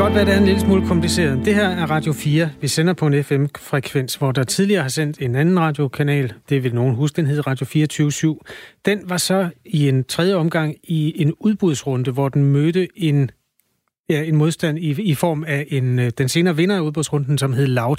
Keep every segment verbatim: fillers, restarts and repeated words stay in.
godt være, det er en lille smule kompliceret. Det her er Radio fire. Vi sender på en F M-frekvens, hvor der tidligere har sendt en anden radiokanal. Det vil nogen huske, den hed Radio fireogtyve syv. Den var så i en tredje omgang i en udbudsrunde, hvor den mødte en, ja, en modstand i, i form af en, den senere vinder af udbudsrunden, som hed Loud.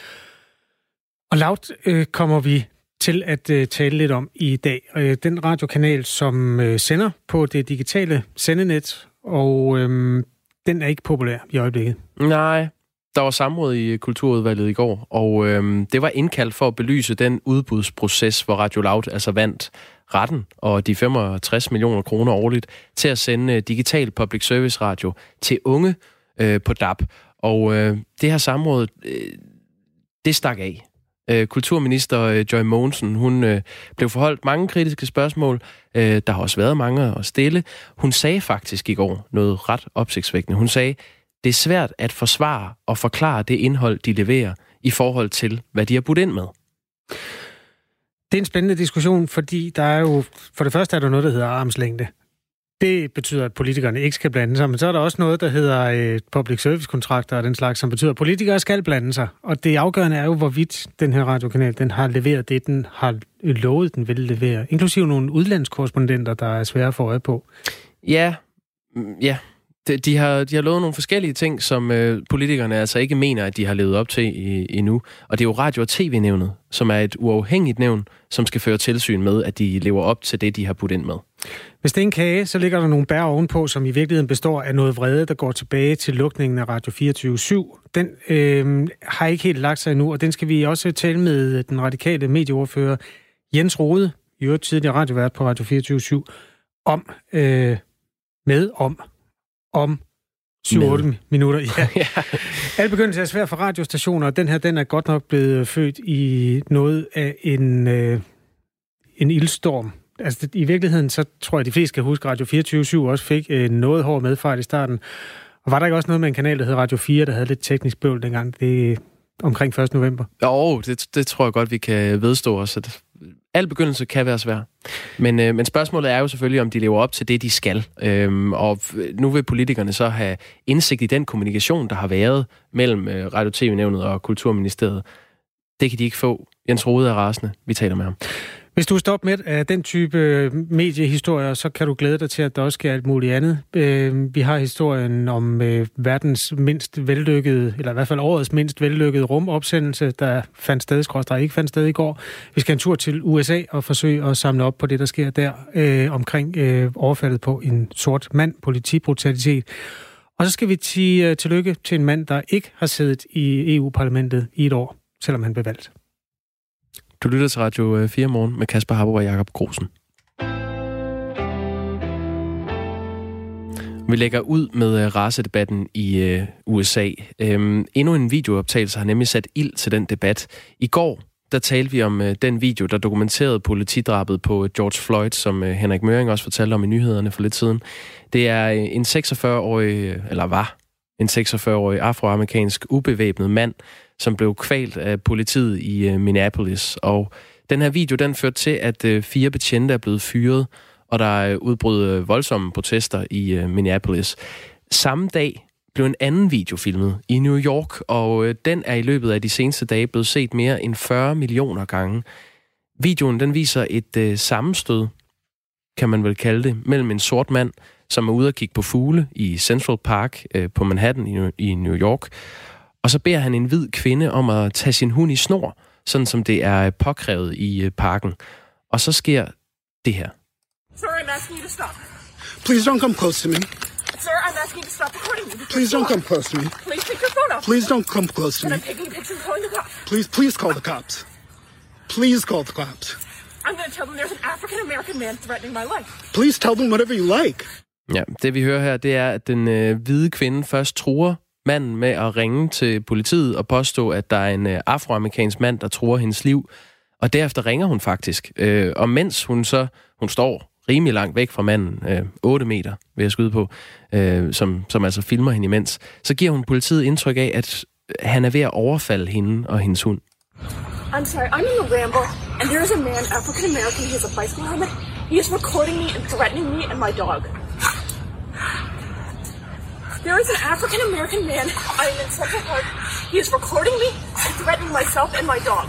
Og Loud øh, kommer vi til at øh, tale lidt om i dag. Øh, den radiokanal, som øh, sender på det digitale sendenet, og øh, den er ikke populær i øjeblikket. Nej, der var samråd i Kulturudvalget i går, og øh, det var indkaldt for at belyse den udbudsproces, hvor Radio Loud altså vandt retten og de femogtres millioner kroner årligt til at sende digital public service radio til unge øh, på D A B. Og øh, det her samråd, øh, det stak af. Kulturminister Joy Mogensen, hun øh, blev forholdt mange kritiske spørgsmål. Øh, der har også været mange at stille. Hun sagde faktisk i går noget ret opsigtsvækkende. Hun sagde, det er svært at forsvare og forklare det indhold, de leverer, i forhold til, hvad de har budt ind med. Det er en spændende diskussion, fordi der er jo, for det første er der noget, der hedder armslængde. Det betyder, at politikerne ikke skal blande sig, men så er der også noget, der hedder øh, public service-kontrakter og den slags, som betyder, at politikere skal blande sig. Og det afgørende er jo, hvorvidt den her radiokanal, den har leveret det, den har lovet, den vil levere. Inklusive nogle udlandskorrespondenter, der er svære at få øje på. Ja, ja. De, de, har, de har lovet nogle forskellige ting, som øh, politikerne altså ikke mener, at de har levet op til i, endnu. Og det er jo Radio- og T V-nævnet, som er et uafhængigt nævn, som skal føre tilsyn med, at de lever op til det, de har budt ind med. Hvis det er en kage, så ligger der nogle bær ovenpå, som i virkeligheden består af noget vrede, der går tilbage til lukningen af Radio fireogtyve syv. Den øh, har ikke helt lagt sig endnu, og den skal vi også tale med den radikale medieordfører Jens Rohde, i øvrigt tidligere radiovært på Radio fireogtyve syv, om, øh, med om, om syv otte minutter. Ja. ja. Al begyndelse er svært for radiostationer, og den her, den er godt nok blevet født i noget af en, øh, en ildstorm. Altså, i virkeligheden, så tror jeg, de fleste kan huske, at Radio fireogtyve syv også fik øh, noget hård medfart i starten. Og var der ikke også noget med en kanal, der hed Radio fire, der havde lidt teknisk bøvl dengang? Det er omkring første november. Jo, det, det tror jeg godt, vi kan vedstå os. At al begyndelse kan være svær. Men, øh, men spørgsmålet er jo selvfølgelig, om de lever op til det, de skal. Øhm, og nu vil politikerne så have indsigt i den kommunikation, der har været mellem øh, Radio- og T V-nævnet og Kulturministeriet. Det kan de ikke få. Jens Rohde er rasende. Vi taler med ham. Hvis du er stoppet med af den type mediehistorier, så kan du glæde dig til, at der også sker alt muligt andet. Vi har historien om verdens mindst vellykkede, eller i hvert fald årets mindst vellykkede rumopsendelse, der fandt sted, skråstreg ikke fandt sted i går. Vi skal en tur til U S A og forsøge at samle op på det, der sker der øh, omkring øh, overfaldet på en sort mand, politibrutalitet. Og så skal vi sige tillykke til en mand, der ikke har siddet i E U-parlamentet i et år, selvom han blev valgt. Du lytter til Radio fire Morgen med Kasper Harbo og Jakob Grosen. Vi lægger ud med racedebatten i U S A. Øhm, endnu en videooptagelse har nemlig sat ild til den debat. I går, der talte vi om den video, der dokumenterede politidrabet på George Floyd, som Henrik Møring også fortalte om i nyhederne for lidt siden. Det er en seksogfyrre-årig, eller var en seksogfyrre-årig afroamerikansk ubevæbnet mand, som blev kvalt af politiet i uh, Minneapolis. Og den her video, den førte til, at uh, fire betjente er blevet fyret, og der er udbrud uh, voldsomme protester i uh, Minneapolis. Samme dag blev en anden video filmet i New York, og uh, den er i løbet af de seneste dage blevet set mere end fyrre millioner gange. Videoen, den viser et uh, sammenstød, kan man vel kalde det, mellem en sort mand, som er ude at kigge på fugle i Central Park uh, på Manhattan i, i New York. Og så beder han en hvid kvinde om at tage sin hund i snor, sådan som det er påkrævet i parken. Og så sker det her. Sir, I'm asking you to stop. Please don't come close to me. Sir, I'm asking you to stop recording me. Please don't come close to me. Please take your phone off. Please don't come close to me. I'm taking a picture and calling the cops. Please, please call the cops. Please call the cops. I'm going to tell them there's an African-American man threatening my life. Please tell them whatever you like. Ja, det vi hører her, det er, at den øh, hvide kvinde først truer manden med at ringe til politiet og påstå, at der er en øh, afroamerikansk mand, der truer hendes liv. Og derefter ringer hun faktisk. Øh, og mens hun så, hun står rimelig langt væk fra manden, øh, otte meter vil jeg skyde på, øh, som, som altså filmer hende imens, så giver hun politiet indtryk af, at han er ved at overfalde hende og hendes hund. I'm sorry, I'm in the ramble, and there is a man, African American, he has a bicycle helmet. He is recording me and threatening me and my dog. There is an African-American man. I am in Central Park. He is recording me and threatening myself and my dog.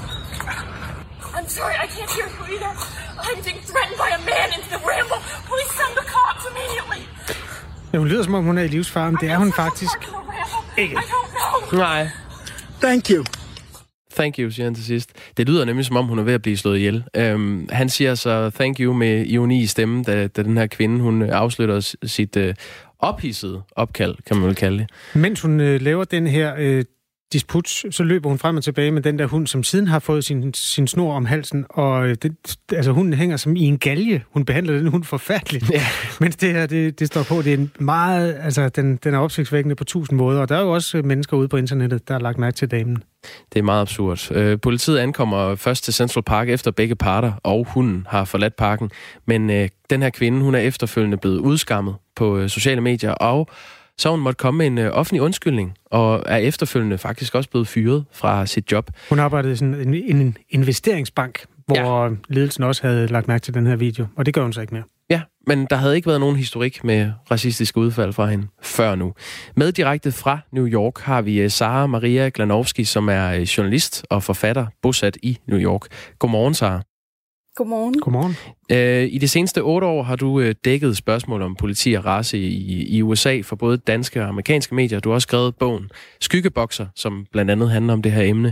I'm sorry, I can't hear you either. I'm being threatened by a man in the Ramble. Please send the cops immediately. Ja, hun lyder som om hun er i livsfare, men det er hun faktisk ikke. I don't know. Nej. Thank you. Thank you, siger han til sidst. Det lyder nemlig, som om hun er ved at blive slået ihjel. Øhm, han siger så thank you med ironi i stemmen, da, da den her kvinde, hun afslutter sit øh, ophidsede opkald, kan man vel kalde det. Mens hun øh, laver den her øh, disput, så løber hun frem og tilbage med den der hund, som siden har fået sin, sin snor om halsen, og øh, det, altså hunden hænger som i en galge. Hun behandler den hund forfærdeligt. Ja. Mens det her, det, det står på, det er en meget, altså den, den er opsigtsvækkende på tusind måder, og der er jo også mennesker ude på internettet, der har lagt mærke til damen. Det er meget absurd. Øh, politiet ankommer først til Central Park efter begge parter, og hunden har forladt parken. Men øh, den her kvinde, hun er efterfølgende blevet udskammet på øh, sociale medier, og så hun måtte komme med en øh, offentlig undskyldning, og er efterfølgende faktisk også blevet fyret fra sit job. Hun arbejdede i sådan en, en investeringsbank, hvor ja. ledelsen også havde lagt mærke til den her video, og det gør hun så ikke mere. Ja, men der havde ikke været nogen historik med racistiske udfald fra hende før nu. Med direkte fra New York har vi Sara Maria Glanovski, som er journalist og forfatter bosat i New York. Godmorgen, Sara. Godmorgen. Godmorgen. I de seneste otte år har du dækket spørgsmål om politi og race i, i U S A for både danske og amerikanske medier. Du har også skrevet bogen Skyggebokser, som blandt andet handler om det her emne.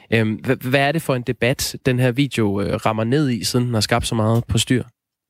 Hvad er det for en debat, den her video rammer ned i, siden den har skabt så meget på styr?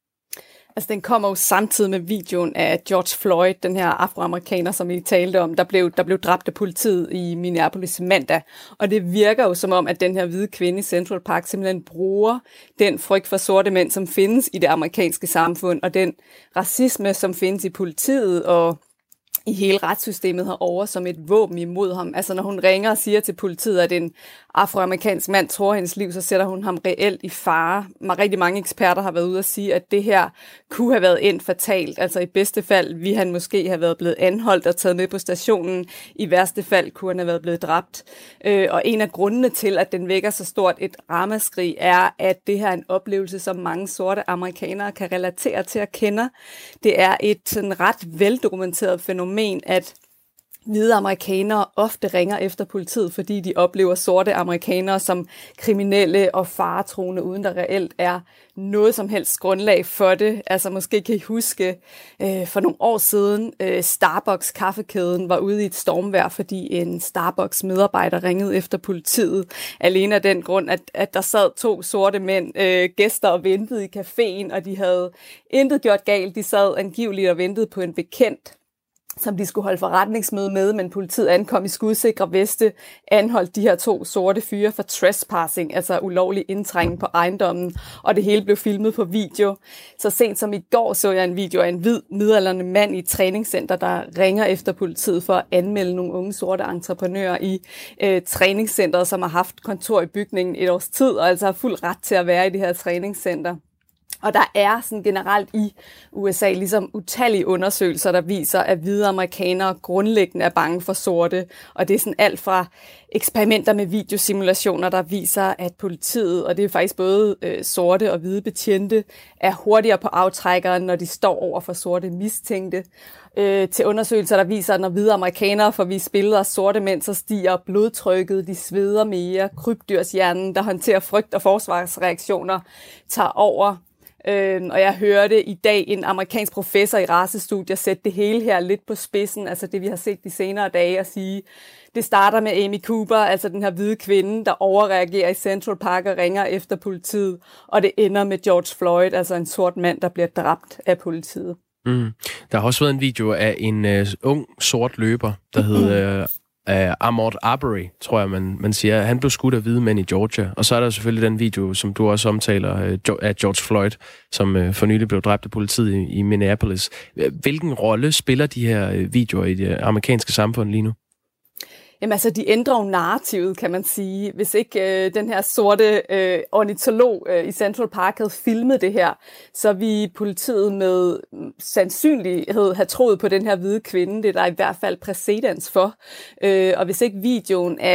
Altså, den kommer jo samtidig med videoen af George Floyd, den her afroamerikaner, som I talte om, der blev, der blev dræbt af politiet i Minneapolis mandag. Og det virker jo som om, at den her hvide kvinde i Central Park simpelthen bruger den frygt for sorte mænd, som findes i det amerikanske samfund, og den racisme, som findes i politiet og i hele retssystemet herover som et våben imod ham. Altså når hun ringer og siger til politiet, at en afroamerikansk mand tror hendes liv, så sætter hun ham reelt i fare. Rigtig mange eksperter har været ude at sige, at det her kunne have været endt fatalt. Altså i bedste fald ville han måske have været blevet anholdt og taget med på stationen. I værste fald kunne han have været blevet dræbt. Og en af grundene til, at den vækker så stort et ramaskrig, er, at det her er en oplevelse, som mange sorte amerikanere kan relatere til at kende. Det er et sådan ret veldokumenteret fænomen, at hvide amerikanere ofte ringer efter politiet, fordi de oplever sorte amerikanere som kriminelle og faretruende, uden der reelt er noget som helst grundlag for det. Altså måske kan I huske, øh, for nogle år siden, øh, Starbucks kaffekæden var ude i et stormvejr, fordi en Starbucks medarbejder ringede efter politiet. Alene af den grund, at, at der sad to sorte mænd, øh, gæster og ventede i caféen, og de havde intet gjort galt. De sad angiveligt og ventede på en bekendt, som de skulle holde forretningsmøde med, men politiet ankom i skudsikre veste, anholdt de her to sorte fyre for trespassing, altså ulovlig indtrængen på ejendommen, og det hele blev filmet på video. Så sent som i går så jeg en video af en hvid, midaldrende mand i et træningscenter, der ringer efter politiet for at anmelde nogle unge sorte entreprenører i øh, træningscenteret, som har haft kontor i bygningen et års tid, og altså har fuld ret til at være i det her træningscenter. Og der er sådan generelt i U S A ligesom utallige undersøgelser, der viser, at hvide amerikanere grundlæggende er bange for sorte. Og det er sådan alt fra eksperimenter med videosimulationer, der viser, at politiet, og det er faktisk både øh, sorte og hvide betjente, er hurtigere på aftrækkeren, når de står over for sorte mistænkte. Øh, til undersøgelser, der viser, at når hvide amerikanere får vist billeder af sorte mænd, så stiger blodtrykket, de sveder mere, krybdyrshjernen, der håndterer frygt og forsvarsreaktioner, tager over. Øh, og jeg hørte i dag en amerikansk professor i racestudier sætte det hele her lidt på spidsen, altså det vi har set de senere dage, at sige, det starter med Amy Cooper, altså den her hvide kvinde, der overreagerer i Central Park og ringer efter politiet, og det ender med George Floyd, altså en sort mand, der bliver dræbt af politiet. Mm. Der har også været en video af en uh, ung sort løber, der hed uh, uh, Ahmaud Arbery, tror jeg, man, man siger. Han blev skudt af hvide mænd i Georgia. Og så er der selvfølgelig den video, som du også omtaler, uh, af George Floyd, som uh, for nylig blev dræbt af politiet i, i Minneapolis. Hvilken rolle spiller de her uh, videoer i det amerikanske samfund lige nu? Jamen altså, de ændrer jo narrativet, kan man sige. Hvis ikke øh, den her sorte øh, ornitolog øh, i Central Park havde filmet det her, så ville politiet med sandsynlighed have troet på den her hvide kvinde. Det er der i hvert fald præcedens for. Øh, og hvis ikke videoen af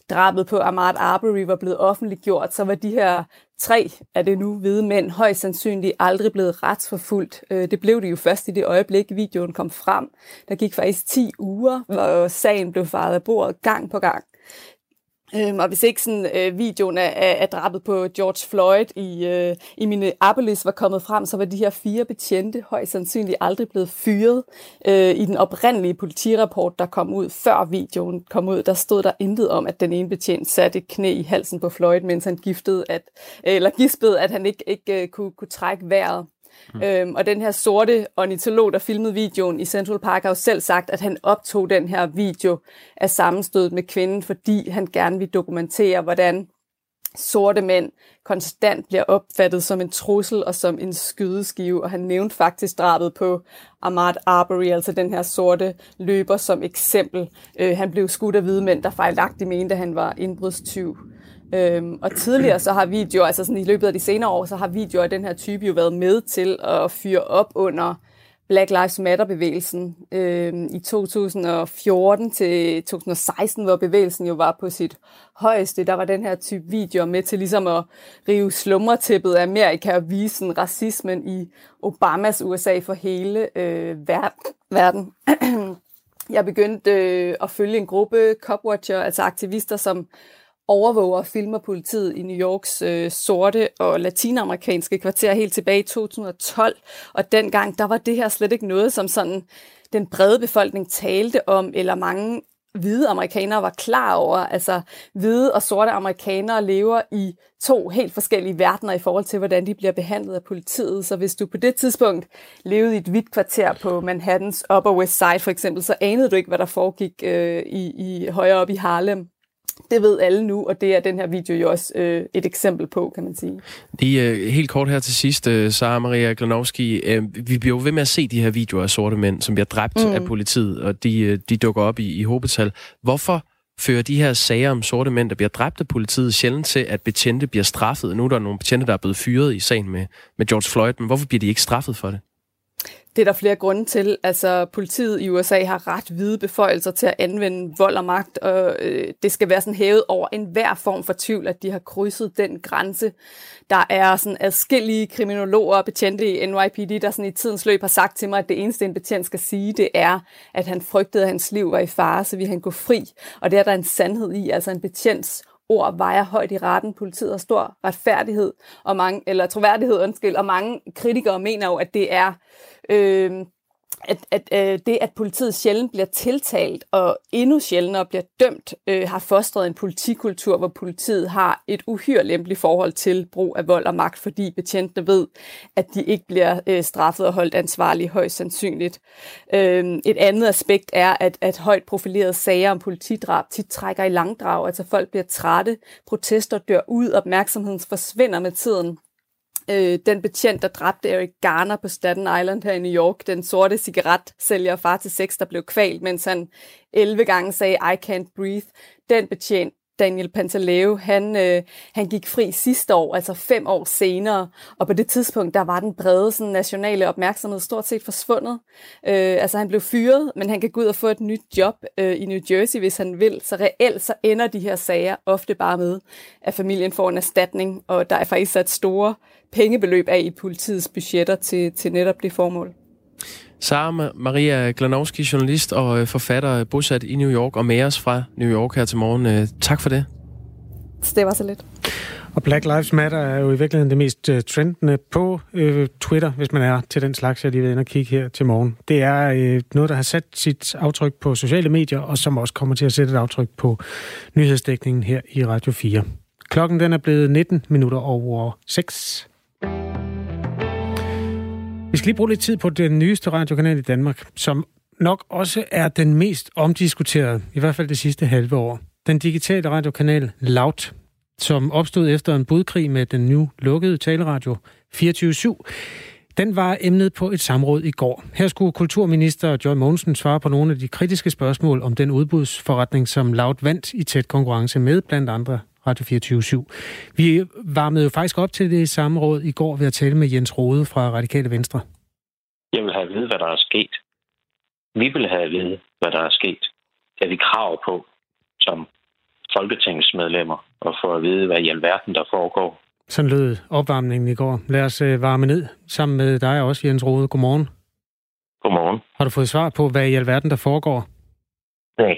drabet på Ahmaud Arbery var blevet offentliggjort, så var de her tre af det nu hvide mænd højst sandsynligt aldrig blevet retsforfulgt. Det blev det jo først i det øjeblik, videoen kom frem. Der gik faktisk ti uger, hvor sagen blev faret af bordet gang på gang. Øhm, og hvis ikke sådan, øh, videoen af, af drabet på George Floyd i, øh, i Minneapolis var kommet frem, så var de her fire betjente højst sandsynligt aldrig blevet fyret. Øh, I den oprindelige politirapport, der kom ud før videoen kom ud, der stod der intet om, at den ene betjent satte et knæ i halsen på Floyd, mens han giftede, at, eller gispede, at han ikke, ikke uh, kunne, kunne trække vejret. Mm. Øhm, og den her sorte ornitolog, der filmede videoen i Central Park, har jo selv sagt, at han optog den her video af sammenstødet med kvinden, fordi han gerne vil dokumentere, hvordan sorte mænd konstant bliver opfattet som en trussel og som en skydeskive. Og han nævnte faktisk drabet på Ahmaud Arbery, altså den her sorte løber, som eksempel. Øh, han blev skudt af hvide mænd, der fejlagtigt mente, at han var indbrudstyv. Øhm, og tidligere så har videoer, altså sådan i løbet af de senere år, så har videoer af den her type jo været med til at fyre op under Black Lives Matter-bevægelsen øhm, i to tusind og fjorten til to tusind og seksten, hvor bevægelsen jo var på sit højeste. Der var den her type videoer med til ligesom at rive slumretæppet af Amerika og vise sådan racismen i Obamas U S A for hele øh, verden. Jeg begyndte øh, at følge en gruppe copwatcher, altså aktivister, som overvåger og filmer politiet i New Yorks øh, sorte og latinamerikanske kvarter helt tilbage i to tusind og tolv. Og dengang, der var det her slet ikke noget, som sådan den brede befolkning talte om, eller mange hvide amerikanere var klar over. Altså, hvide og sorte amerikanere lever i to helt forskellige verdener i forhold til, hvordan de bliver behandlet af politiet. Så hvis du på det tidspunkt levede i et hvidt kvarter på Manhattans Upper West Side for eksempel, så anede du ikke, hvad der foregik øh, i, i højere op i Harlem. Det ved alle nu, og det er den her video jo også øh, et eksempel på, kan man sige. Lige øh, helt kort her til sidst, øh, Sara Maria Glanowski. Øh, vi bliver jo ved med at se de her videoer af sorte mænd, som bliver dræbt mm. af politiet, og de, øh, de dukker op i, i hobetal. Hvorfor fører de her sager om sorte mænd, der bliver dræbt af politiet, sjældent til, at betjente bliver straffet? Nu er der nogle betjente, der er blevet fyret i sagen med, med George Floyd, men hvorfor bliver de ikke straffet for det? Det er der flere grunde til. Altså, politiet i U S A har ret vide beføjelser til at anvende vold og magt, og øh, det skal være sådan hævet over enhver form for tvivl, at de har krydset den grænse. Der er sådan adskillige kriminologer og betjente i N Y P D, der sådan i tidens løb har sagt til mig, at det eneste, en betjent skal sige, det er, at han frygtede, at hans liv var i fare, så ville han gå fri. Og det er der en sandhed i, altså en betjents ord vejer højt i retten. Politiet har stor retfærdighed og mange, eller troværdighed, undskyld, og mange kritikere mener jo, at det er øh, at, at øh, det, at politiet sjældent bliver tiltalt og endnu sjældnere bliver dømt, øh, har fostret en politikultur, hvor politiet har et uhyre lempeligt forhold til brug af vold og magt, fordi betjentene ved, at de ikke bliver øh, straffet og holdt ansvarlige højst sandsynligt. Øh, et andet aspekt er, at, at højt profilerede sager om politidrab tit trækker i langdrag, altså folk bliver trætte, protester dør ud, opmærksomheden forsvinder med tiden. Øh, den betjent, der dræbte Eric Garner på Staten Island her i New York, den sorte cigaretsælger og far til seks, der blev kvalt, mens han elleve gange sagde, I can't breathe. Den betjent, Daniel Pantaleo, han, øh, han gik fri sidste år, altså fem år senere, og på det tidspunkt, der var den brede sådan, nationale opmærksomhed stort set forsvundet. Øh, altså han blev fyret, men han kan gå ud og få et nyt job øh, i New Jersey, hvis han vil. Så reelt så ender de her sager ofte bare med, at familien får en erstatning, og der er faktisk sat store pengebeløb af i politiets budgetter til, til netop det formål. Sara Maria Glanowski, journalist og forfatter bosat i New York og med os fra New York her til morgen. Tak for det. Det var så lidt. Og Black Lives Matter er jo i virkeligheden det mest uh, trendende på uh, Twitter, hvis man er til den slags, jeg lige vil ind og kigge her til morgen. Det er uh, noget, der har sat sit aftryk på sociale medier, og som også kommer til at sætte et aftryk på nyhedsdækningen her i Radio fire. Klokken den er blevet nitten minutter over seks. Vi skal lige bruge lidt tid på den nyeste radiokanal i Danmark, som nok også er den mest omdiskuterede, i hvert fald det sidste halve år. Den digitale radiokanal Loud, som opstod efter en budkrig med den nu lukkede taleradio fireogtyve syv. Den var emnet på et samråd i går. Her skulle kulturminister Joy Mogensen svare på nogle af de kritiske spørgsmål om den udbudsforretning, som Loud vandt i tæt konkurrence med blandt andre Radio fireogtyve syv. Vi varmede jo faktisk op til det samråd i går ved at tale med Jens Rohde fra Radikale Venstre. Jeg vil have at vide, hvad der er sket. Vi vil have at vide, hvad der er sket. Det har vi krav på som folketingsmedlemmer og få at vide, hvad i alverden der foregår. Sådan lød opvarmningen i går. Lad os øh, varme ned sammen med dig også, Jens Rohde. Godmorgen. Godmorgen. Har du fået svar på, hvad i alverden der foregår? Nej.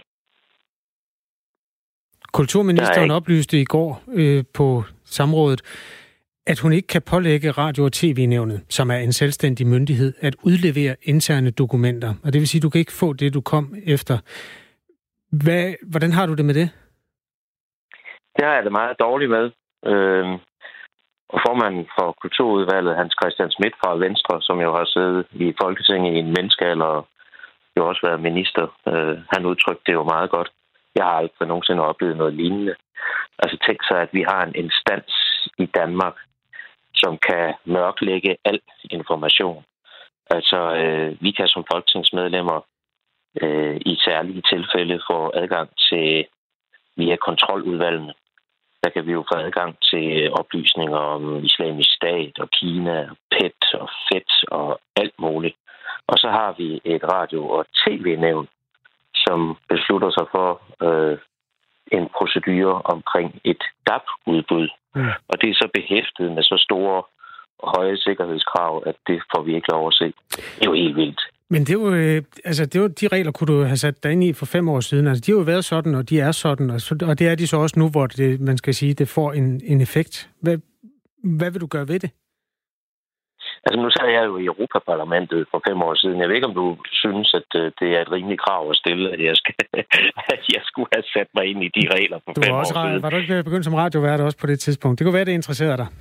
Kulturministeren oplyste i går øh, på samrådet, at hun ikke kan pålægge Radio- og T V-nævnet, som er en selvstændig myndighed, at udlevere interne dokumenter. Og det vil sige, at du kan ikke få det, du kom efter. Hvad, hvordan har du det med det? Det har jeg det meget dårligt med. Øh, og formanden for Kulturudvalget, Hans Christian Schmidt fra Venstre, som jo har siddet i Folketinget i en menneskealder og jo også været minister, øh, han udtrykte det jo meget godt. Jeg har aldrig nogensinde oplevet noget lignende. Altså tænk sig, at vi har en instans i Danmark, som kan mørklægge al information. Altså, øh, vi kan som folketingsmedlemmer øh, i særlige tilfælde få adgang til, via kontroludvalgene, der kan vi jo få adgang til oplysninger om Islamisk Stat og Kina, og P E T og F E T og alt muligt. Og så har vi et radio- og tv-nævn, som beslutter sig for øh, en procedure omkring et D A B-udbud. Mm. Og det er så behæftet med så store og høje sikkerhedskrav, at det får vi ikke lov at se. Det er jo helt vildt. Men det er jo, øh, altså det er jo, de regler kunne du have sat dig ind i for fem år siden. Altså de har jo været sådan, og de er sådan, og, så, og det er de så også nu, hvor det, man skal sige, det får en, en effekt. Hvad, hvad vil du gøre ved det? Altså nu sad jeg jo i Europaparlamentet for fem år siden. Jeg ved ikke, om du synes, at det er et rimeligt krav at stille, at jeg, skal, at jeg skulle have sat mig ind i de regler for du fem var også, år siden. Var du ikke begyndt som radiovært også på det tidspunkt? Det kunne være, det interesserede dig.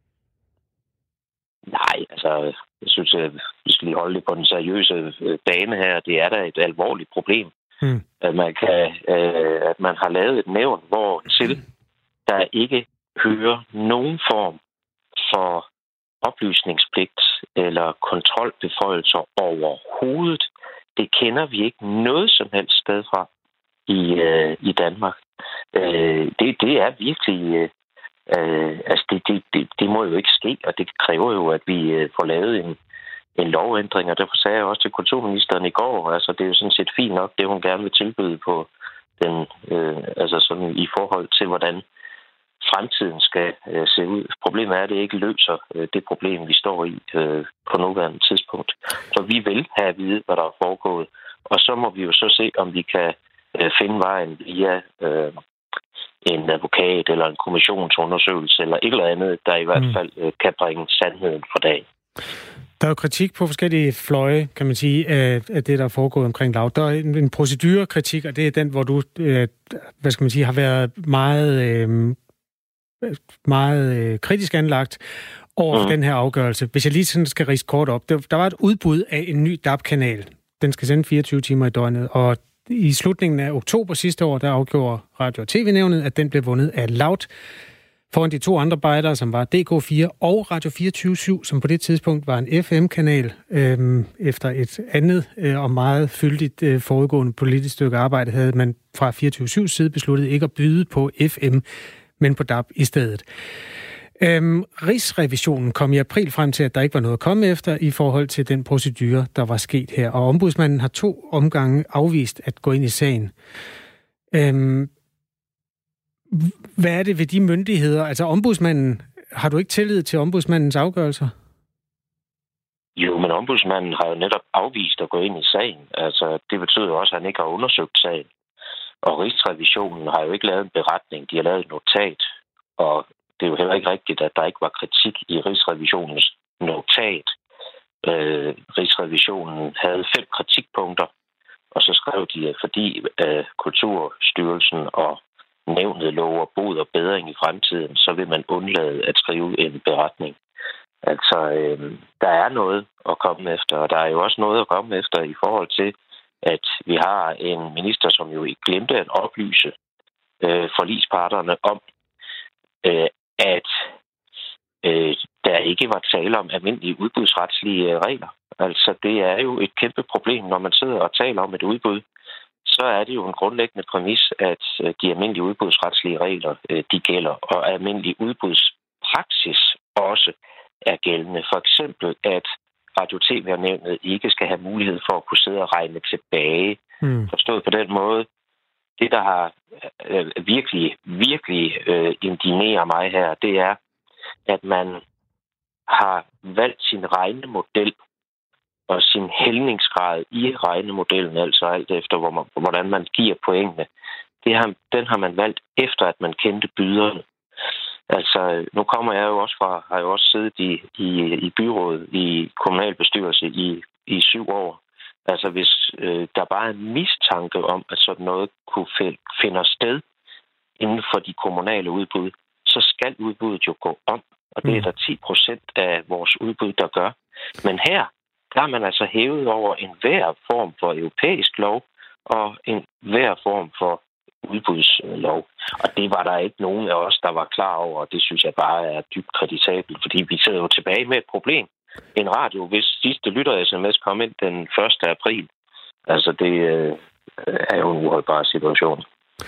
Nej, altså, jeg synes, at vi skal lige holde det på den seriøse bane her. Det er da et alvorligt problem, hmm. at, man kan, at man har lavet et nævn, hvor til der ikke hører nogen form for oplysningspligt eller kontrolbeføjelser overhovedet. Det kender vi ikke noget som helst sted fra i, øh, i Danmark. Øh, det, det er virkelig... Øh, øh, altså, det, det, det, det må jo ikke ske, og det kræver jo, at vi øh, får lavet en, en lovændring, og derfor sagde jeg også til kulturministeren i går, altså det er jo sådan set fint nok, det hun gerne vil tilbyde på den, øh, altså sådan i forhold til, hvordan fremtiden skal øh, se ud. Problemet er, at det ikke løser øh, det problem, vi står i øh, på nuværende tidspunkt. Så vi vil have at vide, hvad der er foregået. Og så må vi jo så se, om vi kan øh, finde vejen via øh, en advokat eller en kommissionsundersøgelse eller et eller andet, der i hvert fald øh, kan bringe sandheden for dag. Der er jo kritik på forskellige fløje, kan man sige, af, af det, der er foregået omkring Loud. Der er en, en procedurekritik, og det er den, hvor du, øh, hvad skal man sige, har været meget... Øh, meget øh, kritisk anlagt over mm. den her afgørelse. Hvis jeg lige sådan skal ridse kort op. Der, der var et udbud af en ny D A B-kanal. Den skal sende fireogtyve timer i døgnet, og i slutningen af oktober sidste år, der afgjorde Radio- og T V-nævnet, at den blev vundet af Loud foran de to andre bejder, som var D K fire og Radio fireogtyve syv, som på det tidspunkt var en F M-kanal, øh, efter et andet øh, og meget fyldigt øh, foregående politisk stykke arbejde, havde man fra fireogtyve syvs side besluttet ikke at byde på F M, men på D A B i stedet. Øhm, Rigsrevisionen kom i april frem til, at der ikke var noget at komme efter i forhold til den procedure, der var sket her. Og ombudsmanden har to omgange afvist at gå ind i sagen. Øhm, hvad er det ved de myndigheder? Altså ombudsmanden, har du ikke tillid til ombudsmandens afgørelser? Jo, men ombudsmanden har jo netop afvist at gå ind i sagen. Altså, det betyder også, at han ikke har undersøgt sagen. Og Rigsrevisionen har jo ikke lavet en beretning, de har lavet et notat. Og det er jo heller ikke rigtigt, at der ikke var kritik i Rigsrevisionens notat. Øh, Rigsrevisionen havde fem kritikpunkter, og så skrev de, at fordi øh, Kulturstyrelsen og nævnet lover bod og bedring i fremtiden, så vil man undlade at skrive en beretning. Altså, øh, der er noget at komme efter, og der er jo også noget at komme efter i forhold til, at vi har en minister, som jo ikke glemte at oplyse øh, forligsparterne om, øh, at øh, der ikke var tale om almindelige udbudsretslige regler. Altså, det er jo et kæmpe problem, når man sidder og taler om et udbud. Så er det jo en grundlæggende præmis, at øh, de almindelige udbudsretslige regler, øh, de gælder, og almindelig udbudspraksis også er gældende. For eksempel, at Radio-T V-nævnet ikke skal have mulighed for at kunne sidde og regne tilbage. Mm. Forstået på den måde, det, der har øh, virkelig, virkelig øh, indigneret mig her, det er, at man har valgt sin regnemodel og sin hældningsgrad i regnemodellen, altså alt efter, hvor man, hvordan man giver pointene. Det har, den har man valgt efter, at man kendte byderne. Altså, nu kommer jeg jo også fra, har jo også siddet i, i, i byrådet, i kommunalbestyrelse i, i syv år. Altså, hvis øh, der bare er en mistanke om, at sådan noget kunne finde sted inden for de kommunale udbud, så skal udbuddet jo gå om. Og det er der ti procent af vores udbud, der gør. Men her, der er man altså hævet over en hver form for europæisk lov og en hver form for udbudslov. Og det var der ikke nogen af os, der var klar over, og det synes jeg bare er dybt kritisabelt, fordi vi sidder jo tilbage med et problem. En radio, hvis sidste lytter-sms kom ind den første april, altså det øh, er jo en uholdbar situation.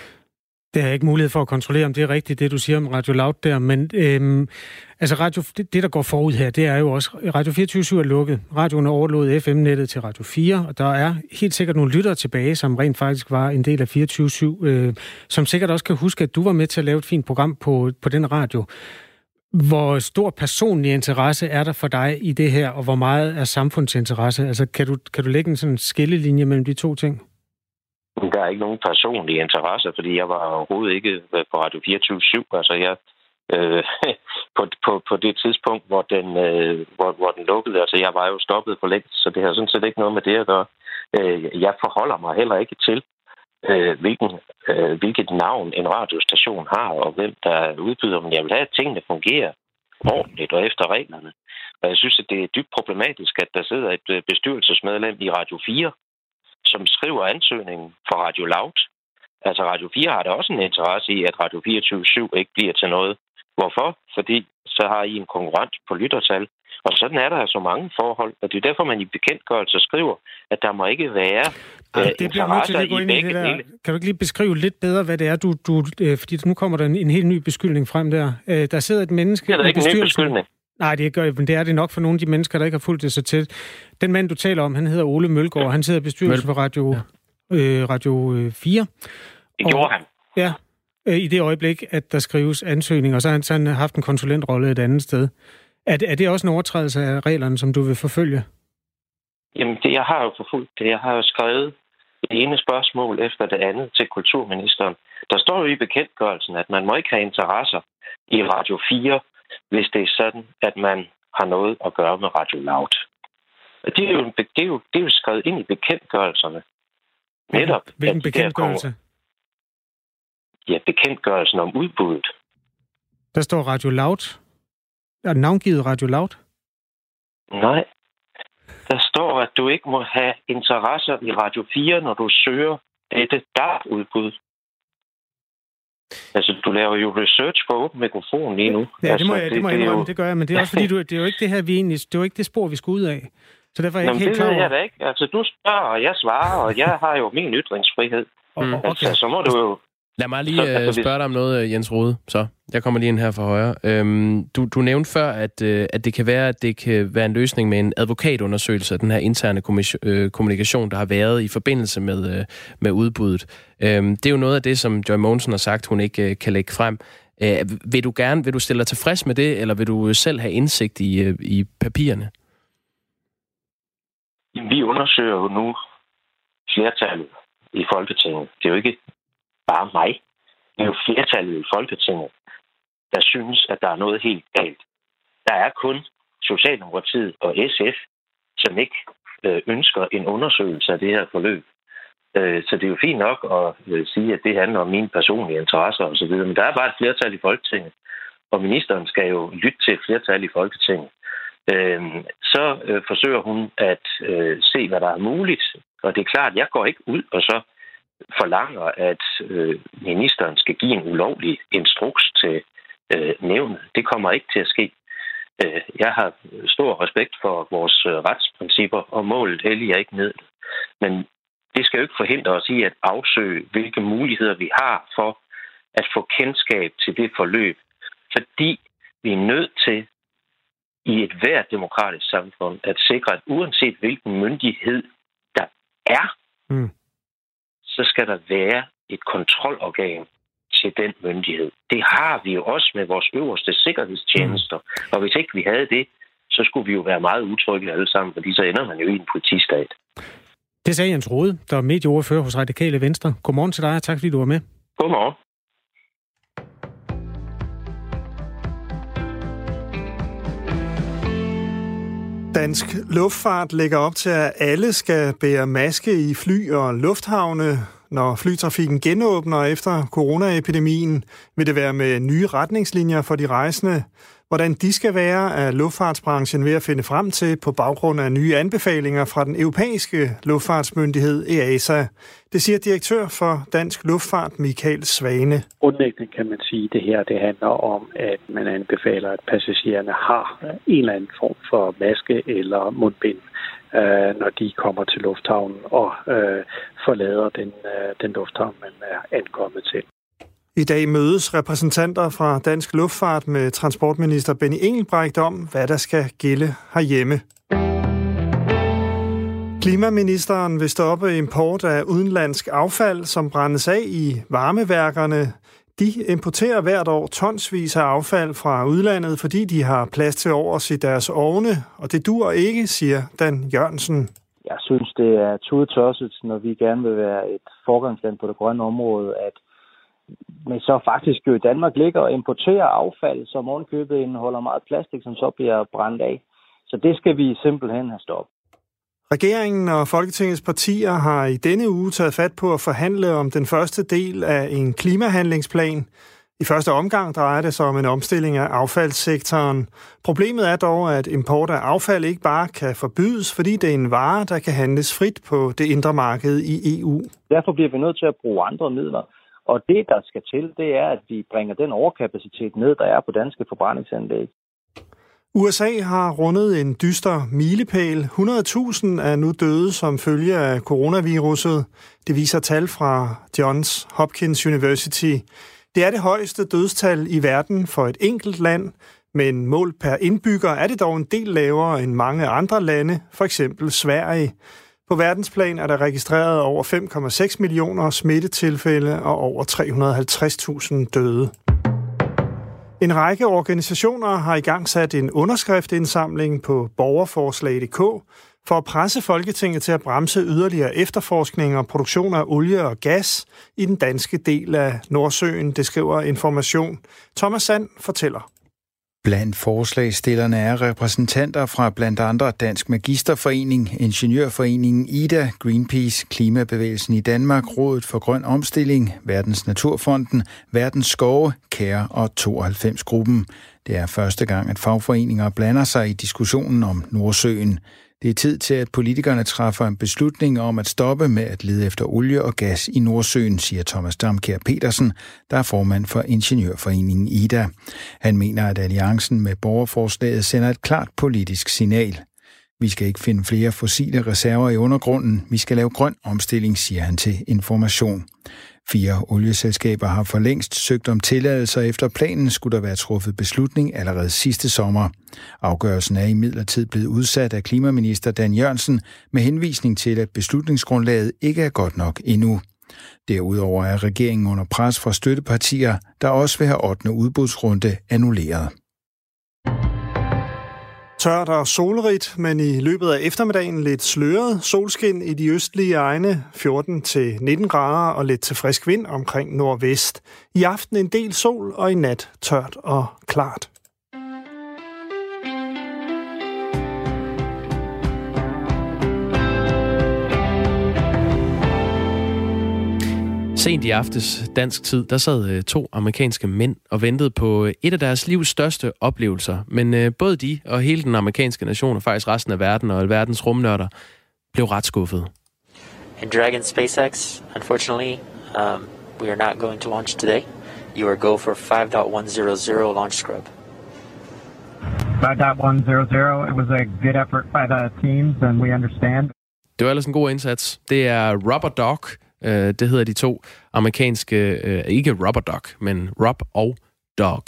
Det har jeg ikke mulighed for at kontrollere, om det er rigtigt, det du siger om Radio Loud der, men øhm, altså radio, det, det, der går forud her, det er jo også, Radio fireogtyve syv er lukket. Radioen er overlået F M-nettet til Radio fire, og der er helt sikkert nogle lyttere tilbage, som rent faktisk var en del af fireogtyve syv, øh, som sikkert også kan huske, at du var med til at lave et fint program på, på den radio. Hvor stor personlig interesse er der for dig i det her, og hvor meget er samfundsinteresse? Altså, kan du, kan du lægge en sådan skillelinje mellem de to ting? Der er ikke nogen personlige interesse, fordi jeg var overhovedet ikke på Radio fireogtyve syv. Altså jeg øh, på, på, på det tidspunkt, hvor den, øh, hvor, hvor den lukkede, altså jeg var jo stoppet for længst, så det har sådan set ikke noget med det at gøre. Øh, jeg forholder mig heller ikke til, øh, hvilken, øh, hvilket navn en radiostation har, og hvem der udbyder, men jeg vil have, at tingene fungerer ordentligt og efter reglerne. Og jeg synes, at det er dybt problematisk, at der sidder et bestyrelsesmedlem i Radio fire, som skriver ansøgningen for Radio Loud. Altså Radio fire har da også en interesse i, at Radio fireogtyve syv ikke bliver til noget. Hvorfor? Fordi så har I en konkurrent på lyttertal. Og sådan er der altså mange forhold. Og det er derfor, man i bekendtgørelse skriver, at der må ikke være Ej, det bliver nødt til at gå ind i det der. Kan du ikke lige beskrive lidt bedre, hvad det er, du... du øh, fordi nu kommer der en, en helt ny beskyldning frem der. Øh, der sidder et menneske... Det er ikke en ny beskyldning. Nej, det, gør, men det er det nok for nogle af de mennesker, der ikke har fulgt det så tæt. Den mand, du taler om, han hedder Ole Mølgaard. Han sidder i bestyrelsen for Radio, ja. øh, Radio fire. Det gjorde og, han. Ja, øh, i det øjeblik, at der skrives ansøgninger, så har han, så han haft en konsulentrolle et andet sted. Er det, er det også en overtrædelse af reglerne, som du vil forfølge? Jamen, det jeg har jo forfulgt det. Jeg har jo skrevet det ene spørgsmål efter det andet til kulturministeren. Der står jo i bekendtgørelsen, at man må ikke have interesser i Radio fire, hvis det er sådan, at man har noget at gøre med Radio Loud. Det er jo, det er jo, det er jo skrevet ind i bekendtgørelserne. Netop. Hvilken bekendtgørelse? Ja, bekendtgørelsen om udbuddet. Der står Radio Loud. Er det navngivet Radio Loud? Nej. Der står, at du ikke må have interesser i Radio fire, når du søger dette D A B-udbud. Altså, du laver jo research på åben mikrofon lige nu. Ja, altså, det må jeg, det, det må jeg indrømme, jo... det gør jeg, men det er også fordi, du, det er jo ikke det her, vi egentlig, det er jo ikke det spor, vi skal ud af. Så derfor er jeg Jamen, ikke helt klar over. Det ved jeg da ikke. Altså, du spørger, og jeg svarer, og jeg har jo min ytringsfrihed. Mm. Okay. Altså, så må du jo... Lad mig lige så, altså, spørge dig om noget, Jens Rode. Så, jeg kommer lige ind her fra højre. Øhm, du, du nævnte før, at, øh, at det kan være, at det kan være en løsning med en advokatundersøgelse af den her interne øh, kommunikation, der har været i forbindelse med, øh, med udbuddet. Øhm, det er jo noget af det, som Joy Mogensen har sagt, hun ikke øh, kan lægge frem. Øh, vil du gerne, vil du stille dig tilfreds med det, eller vil du selv have indsigt i, øh, i papirerne? Vi undersøger jo nu flertallet i Folketinget. Det er jo ikke bare mig. Det er jo flertallet i Folketinget, der synes, at der er noget helt galt. Der er kun Socialdemokratiet og S F, som ikke øh, ønsker en undersøgelse af det her forløb. Øh, så det er jo fint nok at øh, sige, at det handler om mine personlige interesser osv., men der er bare et flertal i Folketinget, og ministeren skal jo lytte til et flertal i Folketinget. Øh, så øh, forsøger hun at øh, se, hvad der er muligt, og det er klart, at jeg går ikke ud og så forlanger, at øh, ministeren skal give en ulovlig instruks til øh, nævnet. Det kommer ikke til at ske. Øh, jeg har stor respekt for vores øh, retsprincipper, og målet helliger ikke ned. Men det skal jo ikke forhindre os i at afsøge, hvilke muligheder vi har for at få kendskab til det forløb. Fordi vi er nødt til i et hvert demokratisk samfund at sikre, at uanset hvilken myndighed der er, mm. så skal der være et kontrolorgan til den myndighed. Det har vi jo også med vores øverste sikkerhedstjenester. Og hvis ikke vi havde det, så skulle vi jo være meget utrygge alle sammen, fordi så ender man jo i en politistat. Det sagde Jens Rohde, der er medieordfører hos Radikale Venstre. Godmorgen til dig, og tak fordi du var med. Godmorgen. Dansk Luftfart lægger op til, at alle skal bære maske i fly og lufthavne. Når flytrafikken genåbner efter coronaepidemien, vil det være med nye retningslinjer for de rejsende. Hvordan de skal være, er luftfartsbranchen ved at finde frem til på baggrund af nye anbefalinger fra den europæiske luftfartsmyndighed E A S A. Det siger direktør for Dansk Luftfart, Michael Svane. Grundlæggende kan man sige, at det her det handler om, at man anbefaler, at passagererne har en eller anden form for maske eller mundbind, når de kommer til lufthavnen og øh, forlader den, øh, den lufthavn, man er ankommet til. I dag mødes repræsentanter fra Dansk Luftfart med transportminister Benny Engelbrecht om, hvad der skal gælde herhjemme. Klimaministeren vil stoppe import af udenlandsk affald, som brændes af i varmeværkerne. De importerer hvert år tonsvis af affald fra udlandet, fordi de har plads til overs i deres ovne, og det dur ikke, siger Dan Jørgensen. Jeg synes, det er tudetosset, når vi gerne vil være et forgangsland på det grønne område, at men så faktisk jo i Danmark ligger og importerer affald, som ovenkøbet indeholder meget plastik, som så bliver brændt af. Så det skal vi simpelthen have stoppet. Regeringen og Folketingets partier har i denne uge taget fat på at forhandle om den første del af en klimahandlingsplan. I første omgang drejer det sig om en omstilling af affaldssektoren. Problemet er dog, at import af affald ikke bare kan forbydes, fordi det er en vare, der kan handles frit på det indre marked i E U. Derfor bliver vi nødt til at bruge andre midler. Og det, der skal til, det er, at vi bringer den overkapacitet ned, der er på danske forbrændingsanlæg. U S A har rundet en dyster milepæl. hundrede tusind er nu døde som følge af coronaviruset. Det viser tal fra Johns Hopkins University. Det er det højeste dødstal i verden for et enkelt land, men målt per indbygger er det dog en del lavere end mange andre lande, for eksempel Sverige. På verdensplan er der registreret over fem komma seks millioner smittetilfælde og over tre hundrede og halvtreds tusind døde. En række organisationer har igangsat en underskriftindsamling på borgerforslag punktum d k for at presse Folketinget til at bremse yderligere efterforskning og produktion af olie og gas i den danske del af Nordsøen, det skriver Information. Thomas Sand fortæller. Blandt forslagsstillerne er repræsentanter fra blandt andre Dansk Magisterforening, Ingeniørforeningen I D A, Greenpeace, Klimabevægelsen i Danmark, Rådet for Grøn Omstilling, Verdens Naturfonden, Verdens Skove, CARE og tooghalvfems-gruppen. Det er første gang, at fagforeninger blander sig i diskussionen om Nordsøen. Det er tid til, at politikerne træffer en beslutning om at stoppe med at lede efter olie og gas i Nordsøen, siger Thomas Damkjær Petersen, der er formand for Ingeniørforeningen I D A. Han mener, at alliancen med borgerforslaget sender et klart politisk signal. Vi skal ikke finde flere fossile reserver i undergrunden. Vi skal lave grøn omstilling, siger han til Information. Fire olieselskaber har for længst søgt om tilladelser. Efter planen skulle der være truffet beslutning allerede sidste sommer. Afgørelsen er imidlertid blevet udsat af klimaminister Dan Jørgensen med henvisning til, at beslutningsgrundlaget ikke er godt nok endnu. Derudover er regeringen under pres fra støttepartier, der også vil have ottende udbudsrunde annulleret. Tørt og solrigt, men i løbet af eftermiddagen lidt sløret. Solskin i de østlige egne, fjorten til nitten grader og lidt til frisk vind omkring nordvest. I aften en del sol og i nat tørt og klart. Sent i aftes dansk tid, der sad to amerikanske mænd og ventede på et af deres livs største oplevelser. Men både de og hele den amerikanske nation, og faktisk resten af verden og verdens rumnørder, blev ret skuffede. In Dragon SpaceX, unfortunately, um, we are not going to launch today. You are go for five point one hundrede launch scrub. five point one hundrede, it was a good effort by the teams, and we understand. Det var ellers en god indsats. Det er Rubber Dog. Det hedder de to amerikanske, ikke Rubber Dog, men Rob og Dog.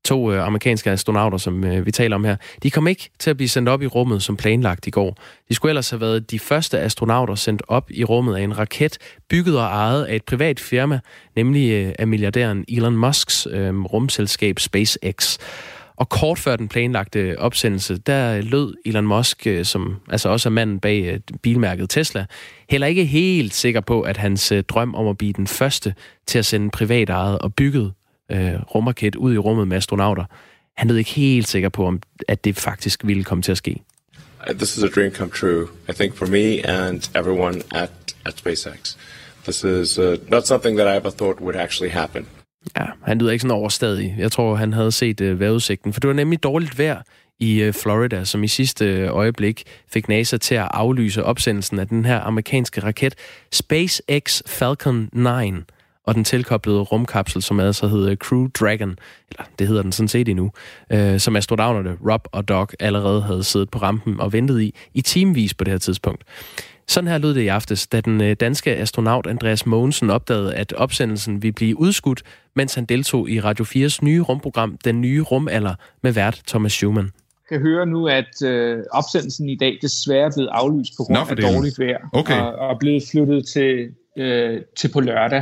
to øh, amerikanske astronauter, som øh, vi taler om her, de kom ikke til at blive sendt op i rummet som planlagt i går. De skulle ellers have været de første astronauter sendt op i rummet af en raket, bygget og ejet af et privat firma, nemlig øh, af milliardæren Elon Musks øh, rumselskab SpaceX. Og kort før den planlagte opsendelse, der lød Elon Musk, som altså også er manden bag bilmærket Tesla, heller ikke helt sikker på, at hans drøm om at blive den første til at sende privat ejet og bygget øh, rumraket ud i rummet med astronauter, han lød ikke helt sikker på, at det faktisk ville komme til at ske. This is a dream come true, I think, for me and everyone at, at SpaceX. This is uh, not something that I ever thought would actually happen. Ja, han lyder ikke sådan overstadig. Jeg tror, han havde set øh, vejrudsigten, for det var nemlig dårligt vejr i øh, Florida, som i sidste øh, øjeblik fik NASA til at aflyse opsendelsen af den her amerikanske raket SpaceX Falcon nine og den tilkoblede rumkapsel, som altså hedder Crew Dragon, eller det hedder den sådan set endnu, øh, som astronauterne Rob og Doug allerede havde siddet på rampen og ventet i i timevis på det her tidspunkt. Sådan her lød det i aftes, da den danske astronaut Andreas Mogensen opdagede, at opsendelsen ville blive udskudt, mens han deltog i Radio fires nye rumprogram, Den Nye Rumalder, med vært Thomas Schumann. Jeg kan høre nu, at øh, opsendelsen i dag desværre er blevet aflyst på grund Nå, af dårligt vejr, okay. og, og er blevet flyttet til, øh, til på lørdag.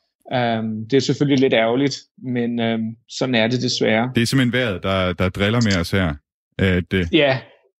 Um, det er selvfølgelig lidt ærgerligt, men øh, sådan er det desværre. Det er simpelthen vejret, der, der driller med os her. At, øh... Ja.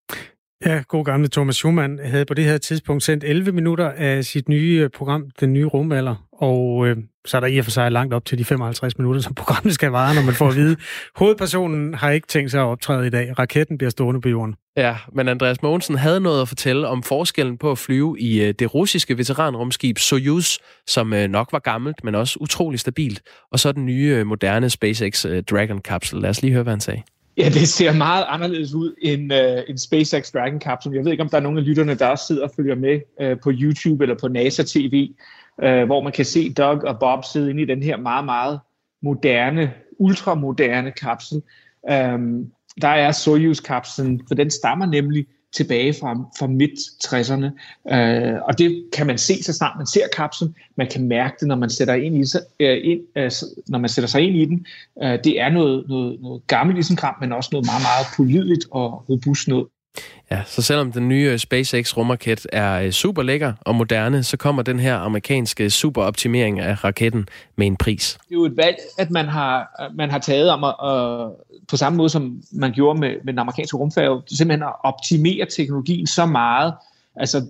Ja, god gamle Thomas Schumann havde på det her tidspunkt sendt elleve minutter af sit nye program, Den Nye Rumalder, og øh, så er der i og for sig langt op til de femoghalvtreds minutter, som programmet skal vare, når man får at vide, hovedpersonen har ikke tænkt sig at optræde i dag. Raketten bliver stående på jorden. Ja, men Andreas Mogensen havde noget at fortælle om forskellen på at flyve i øh, det russiske veteranrumskib Soyuz, som øh, nok var gammelt, men også utrolig stabilt, og så den nye, øh, moderne SpaceX øh, Dragon-kapsel. Lad os lige høre, hvad han sagde. Ja, det ser meget anderledes ud end uh, en SpaceX Dragon Capsule. Jeg ved ikke, om der er nogle af lytterne, der også sidder og følger med uh, på YouTube eller på NASA T V, uh, hvor man kan se Doug og Bob sidde inde i den her meget, meget moderne, ultramoderne kapsel. Um, der er Soyuz-kapslen, for den stammer nemlig tilbage fra, fra midt-tresserne. Uh, og det kan man se, så snart man ser kapslen. Man kan mærke det, når man sætter, ind i, uh, ind, uh, når man sætter sig ind i den. Uh, det er noget, noget, noget gammelt isenkram, men også noget meget, meget pålideligt og robust noget. Ja, så selvom den nye SpaceX rumraket er super lækker og moderne, så kommer den her amerikanske superoptimering af raketten med en pris. Det er jo et valg, at man har, man har taget om at, uh, på samme måde, som man gjorde med, med den amerikanske rumfærge, simpelthen at optimere teknologien så meget, altså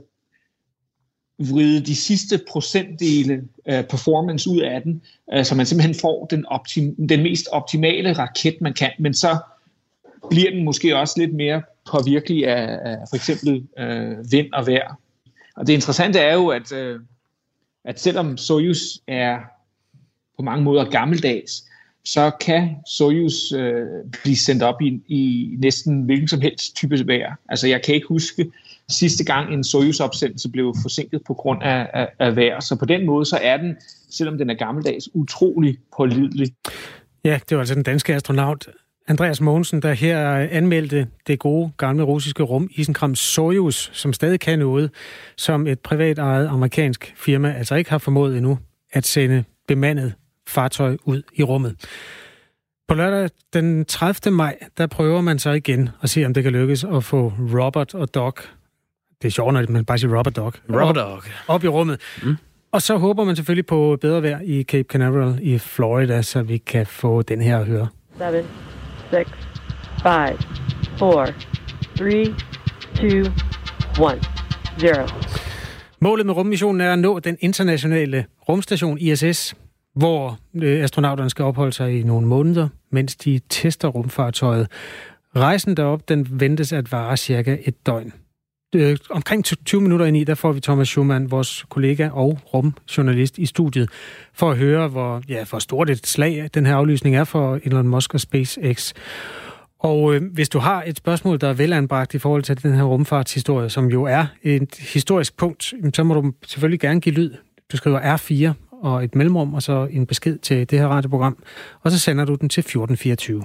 vride de sidste procentdele uh, performance ud af den, uh, så man simpelthen får den, optim- den mest optimale raket, man kan, men så bliver den måske også lidt mere påvirkelig af, af for eksempel øh, vind og vejr. Og det interessante er jo, at, øh, at selvom Soyuz er på mange måder gammeldags, så kan Soyuz øh, blive sendt op i, i næsten hvilken som helst type vejr. Altså jeg kan ikke huske sidste gang en Soyuz-opsendelse blev forsinket på grund af, af, af vejr. Så på den måde så er den, selvom den er gammeldags, utrolig pålidelig. Ja, det var altså den danske astronaut Andreas Mogensen, der her anmeldte det gode, gamle russiske rum-isenkram Soyuz, som stadig kan noget, som et privat ejet amerikansk firma altså ikke har formået endnu at sende bemandet fartøj ud i rummet. På lørdag den tredivte maj, der prøver man så igen at se, om det kan lykkes at få Robert og Doug, det er sjovt, når man bare siger Robert Doug, Robert Doug. Op, op i rummet. Mm. Og så håber man selvfølgelig på bedre vejr i Cape Canaveral i Florida, så vi kan få den her at høre. Seven. Six, five, four, three, two, one, zero. Målet med rummissionen er at nå den internationale rumstation I S S, hvor astronauterne skal opholde sig i nogle måneder, mens de tester rumfartøjet. Rejsen derop, den ventes at vare cirka et døgn. Øh, omkring tyve minutter ind i, der får vi Thomas Schumann, vores kollega og rumjournalist i studiet, for at høre, hvor, ja, hvor stort et slag den her aflysning er for Elon Musk og SpaceX. Og øh, hvis du har et spørgsmål, der er velanbragt i forhold til den her rumfartshistorie, som jo er et historisk punkt, så må du selvfølgelig gerne give lyd. Du skriver R fire og et mellemrum, og så en besked til det her radioprogram, og så sender du den til fjorten fireogtyve.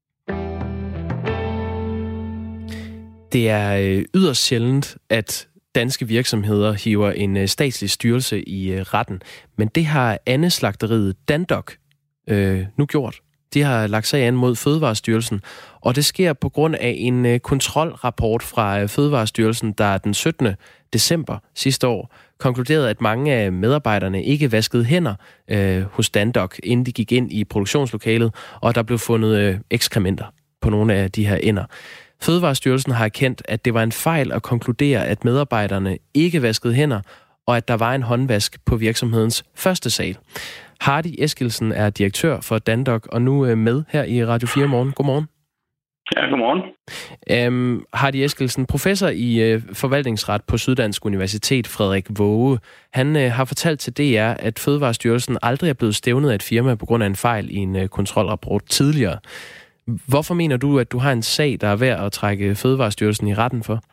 Det er yderst sjældent, at danske virksomheder hiver en statslig styrelse i retten. Men det har Anne-slagteriet Dandok øh, nu gjort. de har lagt sag an mod Fødevarestyrelsen, og det sker på grund af en øh, kontrolrapport fra øh, Fødevarestyrelsen, der den syttende december sidste år konkluderede, at mange af medarbejderne ikke vaskede hænder øh, hos Dandoc, inden de gik ind i produktionslokalet, og der blev fundet øh, ekskrementer på nogle af de her ender. Fødevarestyrelsen har erkendt, at det var en fejl at konkludere, at medarbejderne ikke vaskede hænder, og at der var en håndvask på virksomhedens første sal. Hardy Eskildsen er direktør for Dandoc, og nu med her i Radio fire Morgen. Godmorgen. Ja, godmorgen. Øhm, Hardy Eskildsen, professor i øh, forvaltningsret på Syddansk Universitet, Frederik Våge, han øh, har fortalt til D R, at Fødevarestyrelsen aldrig er blevet stævnet af et firma på grund af en fejl i en øh, kontrolrapport tidligere. Hvorfor mener du, at du har en sag, der er værd at trække Fødevarestyrelsen i retten for?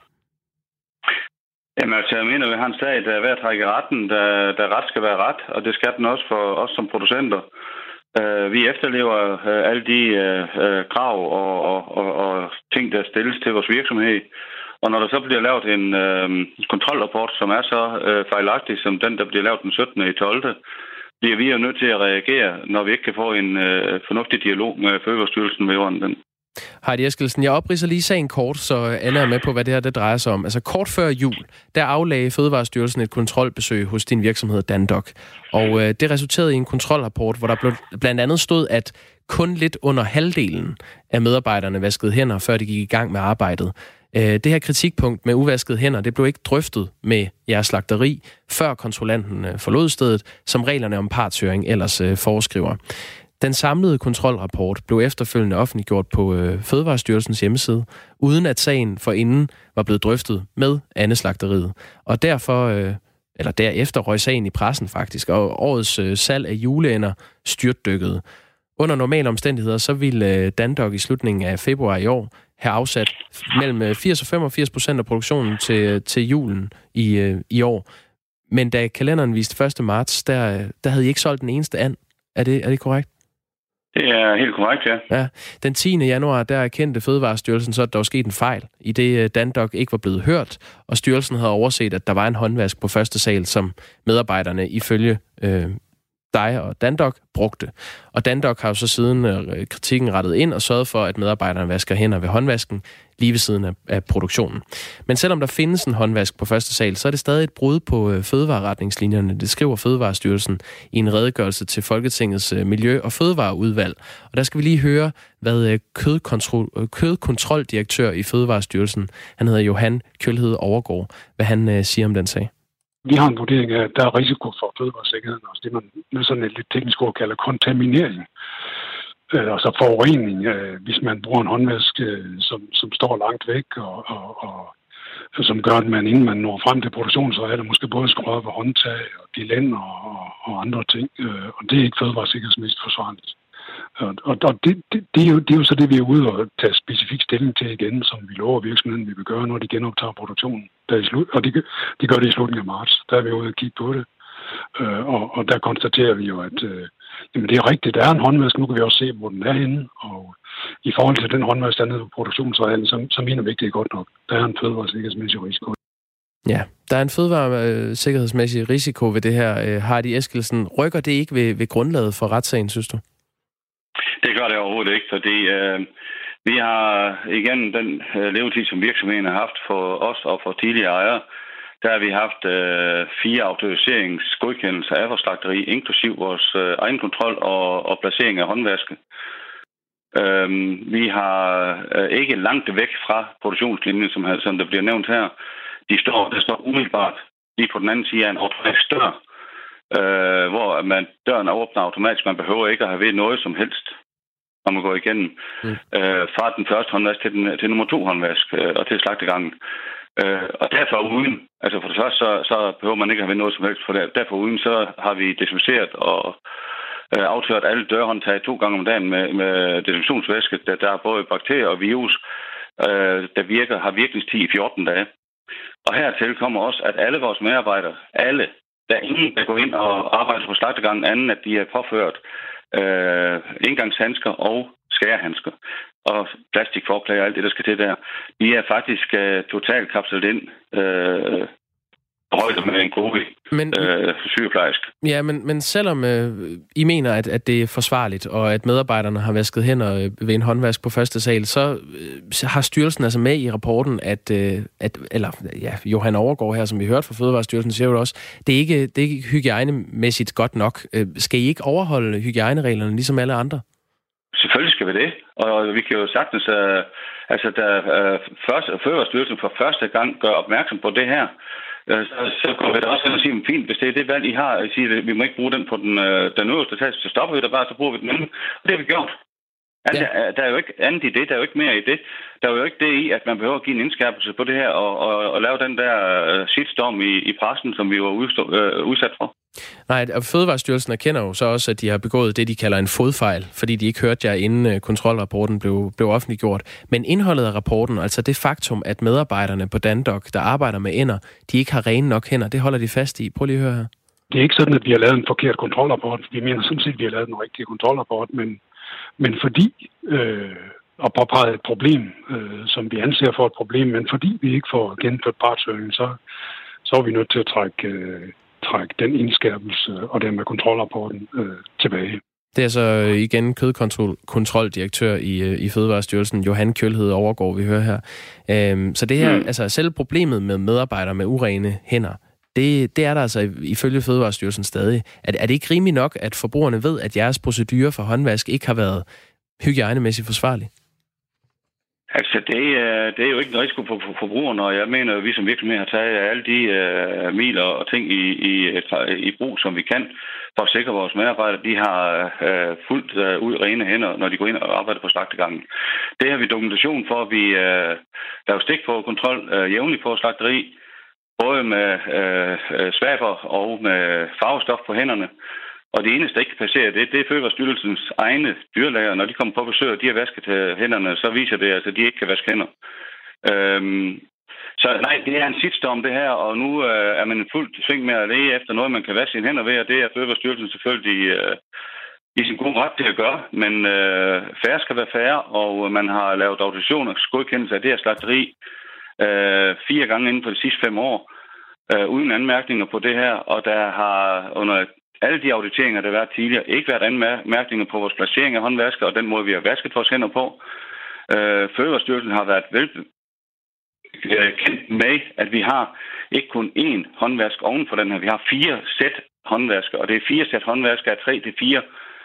Jamen, altså, jeg mener, at vi har en sag, der er værd at trække i retten, der, der ret skal være ret, og det skal den også for os som producenter. Uh, vi efterlever uh, alle de uh, uh, krav og, og, og, og ting, der stilles til vores virksomhed. Og når der så bliver lavet en uh, kontrolrapport, som er så uh, fejlagtig som den, der bliver lavet den syttende tolvte, bliver vi jo nødt til at reagere, når vi ikke kan få en uh, fornuftig dialog med Fødevarestyrelsen vedrørende den. Hardy Eskildsen, jeg opridser lige sagen kort, så Anna er med på, hvad det her det drejer sig om. Altså kort før jul, der aflagde Fødevarestyrelsen et kontrolbesøg hos din virksomhed Dandoc. Og øh, det resulterede i en kontrolrapport, hvor der blev, blandt andet stod, at kun lidt under halvdelen af medarbejderne vaskede hænder, før de gik i gang med arbejdet. Øh, det her kritikpunkt med uvaskede hænder, det blev ikke drøftet med jeres slagteri, før kontrollanten øh, forlod stedet, som reglerne om partshøring ellers øh, foreskriver. Den samlede kontrolrapport blev efterfølgende offentliggjort på øh, Fødevarestyrelsens hjemmeside, uden at sagen forinden var blevet drøftet med Andeslagteriet. Og derfor, øh, eller derefter røg sagen i pressen faktisk, og årets øh, salg af juleænder styrtdykkede. Under normale omstændigheder, så ville øh, Dandoc i slutningen af februar i år have afsat mellem firs og femogfirs procent af produktionen til, til julen i, øh, i år. Men da kalenderen viste første marts, der, der havde I ikke solgt den eneste and. Er det, er det korrekt? Det er helt korrekt, ja. ja. Den tiende januar, der erkendte Fødevarestyrelsen så, at der var sket en fejl, i det Dandoc ikke var blevet hørt, og styrelsen havde overset, at der var en håndvask på første sal, som medarbejderne ifølge øh, dig og Dandoc brugte. Og Dandoc har jo så siden øh, kritikken rettet ind og sørget for, at medarbejderne vasker hænder ved håndvasken, lige ved siden af, af produktionen. Men selvom der findes en håndvask på første sal, så er det stadig et brud på øh, fødevareretningslinjerne. Det skriver Fødevarestyrelsen i en redegørelse til Folketingets øh, Miljø- og Fødevareudvalg. Og der skal vi lige høre, hvad øh, kødkontrol, øh, kødkontroldirektør i Fødevarestyrelsen, han hedder Johan Kjølhede Overgaard, hvad han øh, siger om den sag. Vi har en vurdering af, at der er risiko for fødevaresikkerheden, altså det man med sådan et lidt teknisk ord kalder kontaminering, altså forurening, hvis man bruger en håndvask, som, som står langt væk, og, og, og som gør, at man inden man når frem til produktionsarealet, måske både skruer op af håndtag og gelænder og, og andre ting, og det er ikke fødevaresikkerhedsmæssigt forsvarligt. Og, og det, det, det, er jo, det er jo så det, vi er ude og tage specifik stilling til igen, som vi lover virksomheden, vi vil gøre, når de genoptager produktionen. Der er i slut, og de, de gør det i slutningen af marts. Der er vi ude og kigge på det. Øh, og, og der konstaterer vi jo, at øh, jamen det er rigtigt, der er en håndvask. Nu kan vi også se, hvor den er henne. Og i forhold til den håndvask, der er nede på produktionsarealet, så, så mener vi ikke, det er godt nok. Der er en fødevaresikkerhedsmæssig risiko. Ja, der er en fødevaresikkerhedsmæssig risiko ved det her. Hardy Eskildsen, rykker det ikke ved, ved grundlaget for retssagen, synes du? Det gør det overhovedet ikke, fordi øh, vi har igen den øh, levetid, som virksomheden har haft for os og for tidligere ejere, der har vi haft øh, fire autoriseringsgodkendelser af vores slagteri, inklusiv vores øh, egen kontrol og, og placering af håndvaske. Øh, vi har øh, ikke langt væk fra produktionslinjen, som, som der bliver nævnt her. De står, der står umiddelbart lige på den anden side af en automatisk dør, øh, hvor man, døren er åbnet automatisk. Man behøver ikke at have ved noget som helst, når man går igennem. Mm. Øh, fra den første håndvask til, den, til nummer to håndvask øh, og til slagtegangen. Øh, og derfor uden, altså for det første, så, så behøver man ikke at have ved noget som helst. For der, derfor uden, så har vi desinficeret og øh, aftørt alle dørhåndtag to gange om dagen med, med desinfektionsvæske, der, der er både bakterier og virus, øh, der virker, har virkningstid i fjorten dage. Og hertil kommer også, at alle vores medarbejdere, alle, der er ingen, der går ind og arbejder på slagtegangen, anden at de er påført øh, indgangshandsker og skærehandsker og plastikforplager og alt det, der skal til der. De er faktisk øh, totalt kapslet ind øh, højde med en god øh, sygeplejerske. Ja, men, men selvom øh, I mener, at, at det er forsvarligt, og at medarbejderne har vasket hænder øh, ved en håndvask på første sal, så øh, har styrelsen altså med i rapporten, at, øh, at eller ja, Johan Overgaard her, som vi hørte fra Fødevarestyrelsen, siger jo også, det er ikke, det er ikke hygiejnemæssigt godt nok. Øh, skal I ikke overholde hygiejnereglerne ligesom alle andre? Selvfølgelig skal vi det, og vi kan jo sagtens, øh, altså da øh, første, Fødevarestyrelsen for første gang gør opmærksom på det her, øh, så, så går vi da også hen og sige, fint, hvis det er det valg, I har, I siger, at vi må ikke bruge den på den, øh, den øverste etage, så stopper vi der bare, så bruger vi den anden, og det har vi gjort. Altså, ja. der, der er jo ikke andet i det, der er jo ikke mere i det. Der er jo ikke det i, at man behøver at give en indskærpelse på det her, og, og, og lave den der uh, shitstorm i, i pressen, som vi var udstå, uh, udsat for. Nej, Fødevarestyrelsen erkender jo så også, at de har begået det, de kalder en fodfejl, fordi de ikke hørte jer, inden kontrolrapporten blev, blev offentliggjort. Men indholdet af rapporten, altså det faktum, at medarbejderne på Dandoc, der arbejder med ender, de ikke har rene nok hænder, det holder de fast i. Prøv lige at høre her. Det er ikke sådan, at vi har lavet en forkert kontrolrapport. Vi mener sådan set, at vi har lavet en rigtig kontrolrapport, men, men fordi, øh, og påpeget et problem, øh, som vi anser for et problem, men fordi vi ikke får gennemført partshøringen, så, så er vi nødt til at trække... Øh, trække den indskærpelse og dermed kontrolrapporten øh, tilbage. Det er så igen kødkontroldirektør i, i Fødevarestyrelsen, Johan Kjølhed Overgaard, vi hører her. Øhm, så det her, mm. altså selv problemet med medarbejdere med urene hænder, det, det er der altså ifølge Fødevarestyrelsen stadig. Er, er det ikke rimeligt nok, at forbrugerne ved, at jeres procedure for håndvask ikke har været hygiejnemæssigt forsvarlig? Altså, det, det er jo ikke en risiko for forbrugerne, og jeg mener, at vi som virksomhed har taget alle de uh, miler og ting i, i, i brug, som vi kan, for at sikre vores medarbejdere, de har uh, fuldt uh, ud rene hænder, når de går ind og arbejder på slagtegangen. Det har vi dokumentation for, at vi uh, laver stikprøvekontrol uh, jævnligt på slagteri, både med uh, svaber og med farvestof på hænderne. Og det eneste, der ikke kan passere det, det er Fødevarestyrelsens egne dyrlæger. Når de kommer på besøg, og de har vasket hænderne, så viser det, altså, at de ikke kan vaske hænder. Øhm, så nej, det er en shitstorm, det her, og nu øh, er man fuldt sving med at lede efter noget, man kan vaske sine hænder ved, og det er Fødevarestyrelsen selvfølgelig øh, i sin gode ret til at gøre. Men øh, færre skal være færre, og man har lavet autorisation og godkendelse af det her slagteri øh, fire gange inden for de sidste fem år, øh, uden anmærkninger på det her, og der har under alle de auditeringer, der har været tidligere, ikke været anmærkninger på vores placering af håndvasker, og den måde, vi har vasket vores hænder på. Øh, Fødevarestyrelsen har været vel kendt med, at vi har ikke kun én håndvask oven for den her. Vi har fire sæt håndvasker, og det er fire sæt håndvasker af tre til fire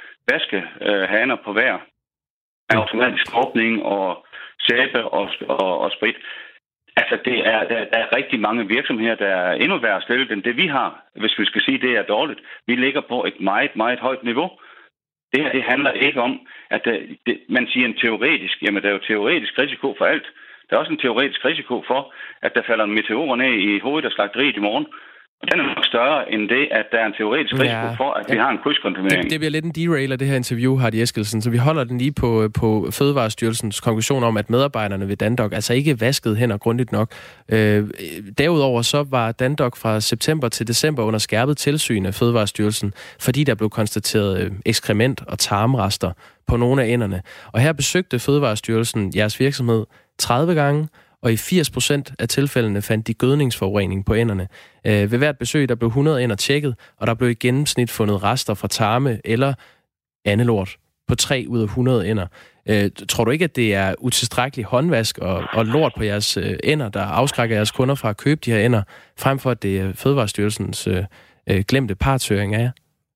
vaskehaner på hver. Automatisk åbning og sæbe og, og, og sprit. Altså, det er, der, der er rigtig mange virksomheder, der er endnu værre stillet end det, vi har, hvis vi skal sige, det er dårligt. Vi ligger på et meget, meget højt niveau. Det her, det handler ikke om, at det, det, man siger en teoretisk, jamen der er jo teoretisk risiko for alt. Der er også en teoretisk risiko for, at der falder en meteor ned i hovedet af slagteriet i morgen. Og den er nok større end det, at der er en teoretisk risiko ja, for, at vi ja. har en krydskontaminering. Det, det bliver lidt en derail af det her interview, Hardy Eskelsen, så vi holder den lige på, på Fødevarestyrelsens konklusion om, at medarbejderne ved Dandoc altså ikke vaskede hænder grundigt nok. Øh, derudover så var Dandoc fra september til december under skærpet tilsyn af Fødevarestyrelsen, fordi der blev konstateret ekskrement og tarmrester på nogle af enderne. Og her besøgte Fødevarestyrelsen jeres virksomhed tredive gange, og i firs procent af tilfældene fandt de gødningsforurening på enderne. Øh, ved hvert besøg, der blev hundrede ender tjekket, og der blev i gennemsnit fundet rester fra tarme eller andelort på tre ud af hundrede ender. Øh, tror du ikke, at det er utilstrækkelig håndvask og, og lort på jeres øh, ender, der afskrækker jeres kunder fra at købe de her ender, frem for at det er Fødevarestyrelsens øh, øh, glemte partshøring af jer?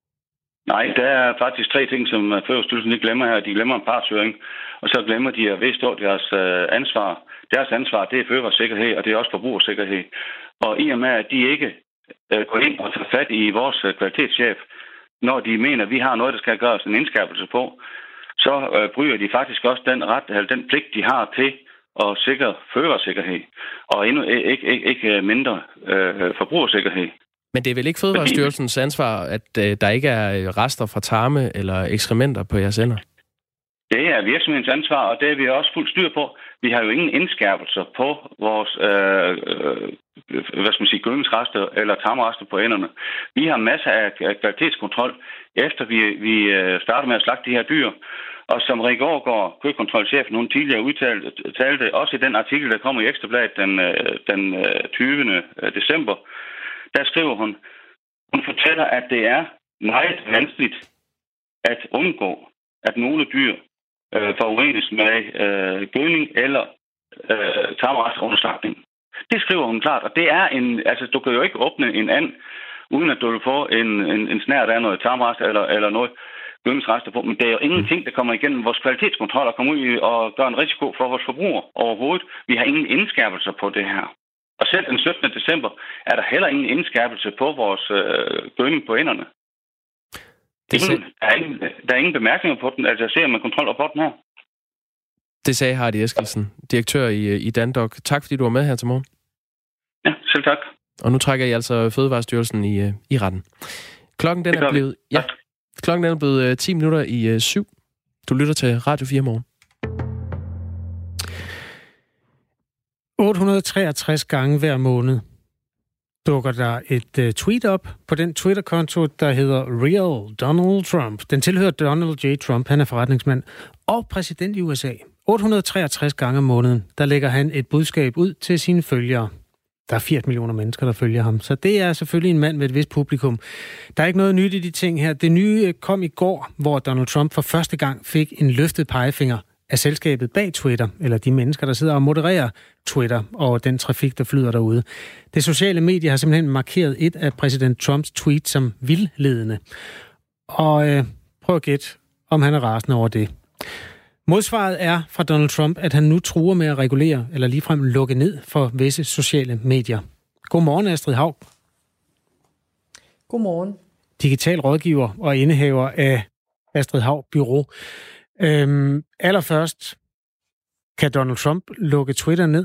Nej, der er faktisk tre ting, som Fødevarestyrelsen ikke glemmer her. De glemmer en partshøring, og så glemmer de at vedstå deres øh, ansvar. Deres ansvar, det er fødevaresikkerhed, og det er også forbrugersikkerhed. Og i og med, at de ikke øh, går ind og tager fat i vores øh, kvalitetschef, når de mener, at vi har noget, der skal gøres en indskærpelse på, så øh, bryder de faktisk også den ret, eller den pligt, de har til at sikre fødevaresikkerhed, og endnu ikke, ikke, ikke mindre øh, forbrugersikkerhed. Men det er vel ikke Fødevarestyrelsens ansvar, at øh, der ikke er rester fra tarme eller ekskrementer på jeres ender? Det er virksomhedens ansvar, og det er vi også fuldt styr på. Vi har jo ingen indskærpelser på vores øh, øh, hvad skal man sige, gødningsrester eller tarmrester på enderne. Vi har masser af kvalitetskontrol, efter vi, vi starter med at slagte de her dyr. Og som Rik Aagaard, kødkontrolchefen, hun tidligere udtalte, også i den artikel, der kommer i Ekstrabladet den, den tyvende december, der skriver hun, hun fortæller, at det er meget vanskeligt at undgå, at nogle dyr øh, forurenes med øh, gødning eller øh, tarmrester under slagtning. Det skriver hun klart, og det er en, altså du kan jo ikke åbne en and, uden at du vil få en, en, en snært af noget tarmrester eller, eller noget gødningsrester på, men det er jo ingenting, der kommer igennem vores kvalitetskontrol og kommer ud og gør en risiko for vores forbruger overhovedet. Vi har ingen indskærpelser på det her. Og selv den syttende december er der heller ingen indskærpelse på vores øh, gødning på enderne. Ingen, der, er ingen, der er ingen bemærkninger på den, altså jeg ser med kontrolrapporten her. Det sagde Hardy Eskelsen, direktør i, i Dandoc. Tak fordi du var med her til morgen. Ja, selv tak. Og nu trækker I altså Fødevarestyrelsen i, i retten. Klokken den er blevet, ja, klokken den er blevet ti minutter i uh, syv. Du lytter til Radio fire Morgen. otte hundrede og treogtres gange hver måned dukker der et uh, tweet op på den Twitter-konto, der hedder Real Donald Trump. Den tilhører Donald J. Trump, han er forretningsmand og præsident i U S A. otte hundrede og treogtres gange om måneden, der lægger han et budskab ud til sine følgere. Der er firs millioner mennesker, der følger ham, så det er selvfølgelig en mand med et vist publikum. Der er ikke noget nyt i de ting her. Det nye kom i går, hvor Donald Trump for første gang fik en løftet pegefinger af selskabet bag Twitter, eller de mennesker, der sidder og modererer Twitter og den trafik, der flyder derude. Det sociale medie har simpelthen markeret et af præsident Trumps tweets som vildledende. Og øh, prøv at gætte, om han er rasende over det. Modsvaret er fra Donald Trump, at han nu truer med at regulere eller ligefrem lukke ned for visse sociale medier. Godmorgen, Astrid Haug. Godmorgen. Digital rådgiver og indehaver af Astrid Haug Bureau. Øhm, allerførst, kan Donald Trump lukke Twitter ned?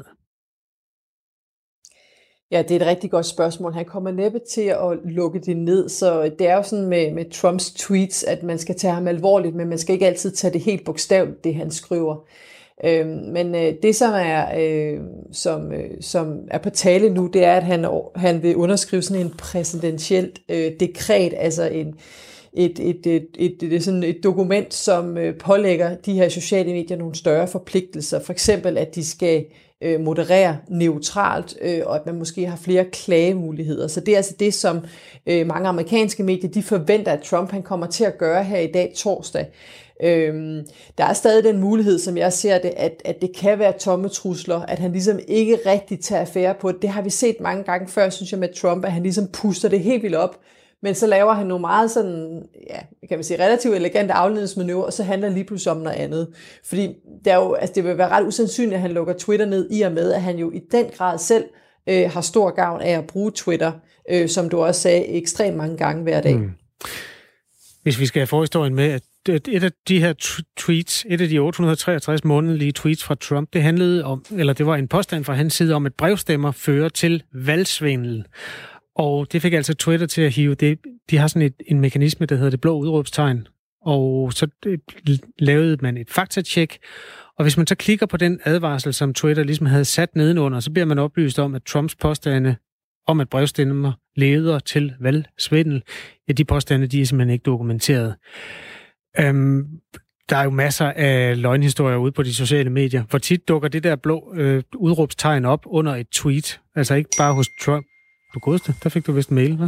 Ja, det er et rigtig godt spørgsmål. Han kommer næppe til at lukke det ned, så det er jo sådan med, med Trumps tweets, at man skal tage ham alvorligt, men man skal ikke altid tage det helt bogstaveligt, det han skriver. Øhm, men øh, det, som er, øh, som, øh, som er på tale nu, det er, at han, han vil underskrive sådan en præsidentielt øh, dekret, altså en Et, et, et, et, et, sådan et dokument, som øh, pålægger de her sociale medier nogle større forpligtelser. For eksempel, at de skal øh, moderere neutralt, øh, og at man måske har flere klagemuligheder. Så det er altså det, som øh, mange amerikanske medier de forventer, at Trump han kommer til at gøre her i dag torsdag. Øhm, der er stadig den mulighed, som jeg ser det, at, at det kan være tomme trusler, at han ligesom ikke rigtig tager affære på det. Det har vi set mange gange før, synes jeg, med Trump, at han ligesom puster det helt vildt op. Men så laver han nogle meget sådan, ja, kan man sige, relativt elegante afledningsmanøvrer, og så handler det lige pludselig om noget andet. Fordi det, er jo, altså det vil være ret usandsynligt, at han lukker Twitter ned, i og med, at han jo i den grad selv øh, har stor gavn af at bruge Twitter, øh, som du også sagde, ekstremt mange gange hver dag. Mm. Hvis vi skal have forhistorien med, at et af de her tweets, et af de otte hundrede og treogtres månedlige tweets fra Trump, det handlede om, eller det var en påstand fra hans side om, at brevstemmer fører til valgsvindel. Og det fik altså Twitter til at hive det. De har sådan et, en mekanisme, der hedder det blå udråbstegn. Og så lavede man et faktatjek. Og hvis man så klikker på den advarsel, som Twitter ligesom havde sat nedenunder, så bliver man oplyst om, at Trumps påstande om, at brevstemmer leder til valgsvindel, ja, de påstande, de er simpelthen ikke dokumenteret. Øhm, der er jo masser af løgnhistorier ude på de sociale medier. Hvor tit dukker det der blå øh, udråbstegn op under et tweet? Altså ikke bare hos Trump. Du godeste, der fik du vist en mail, hva'?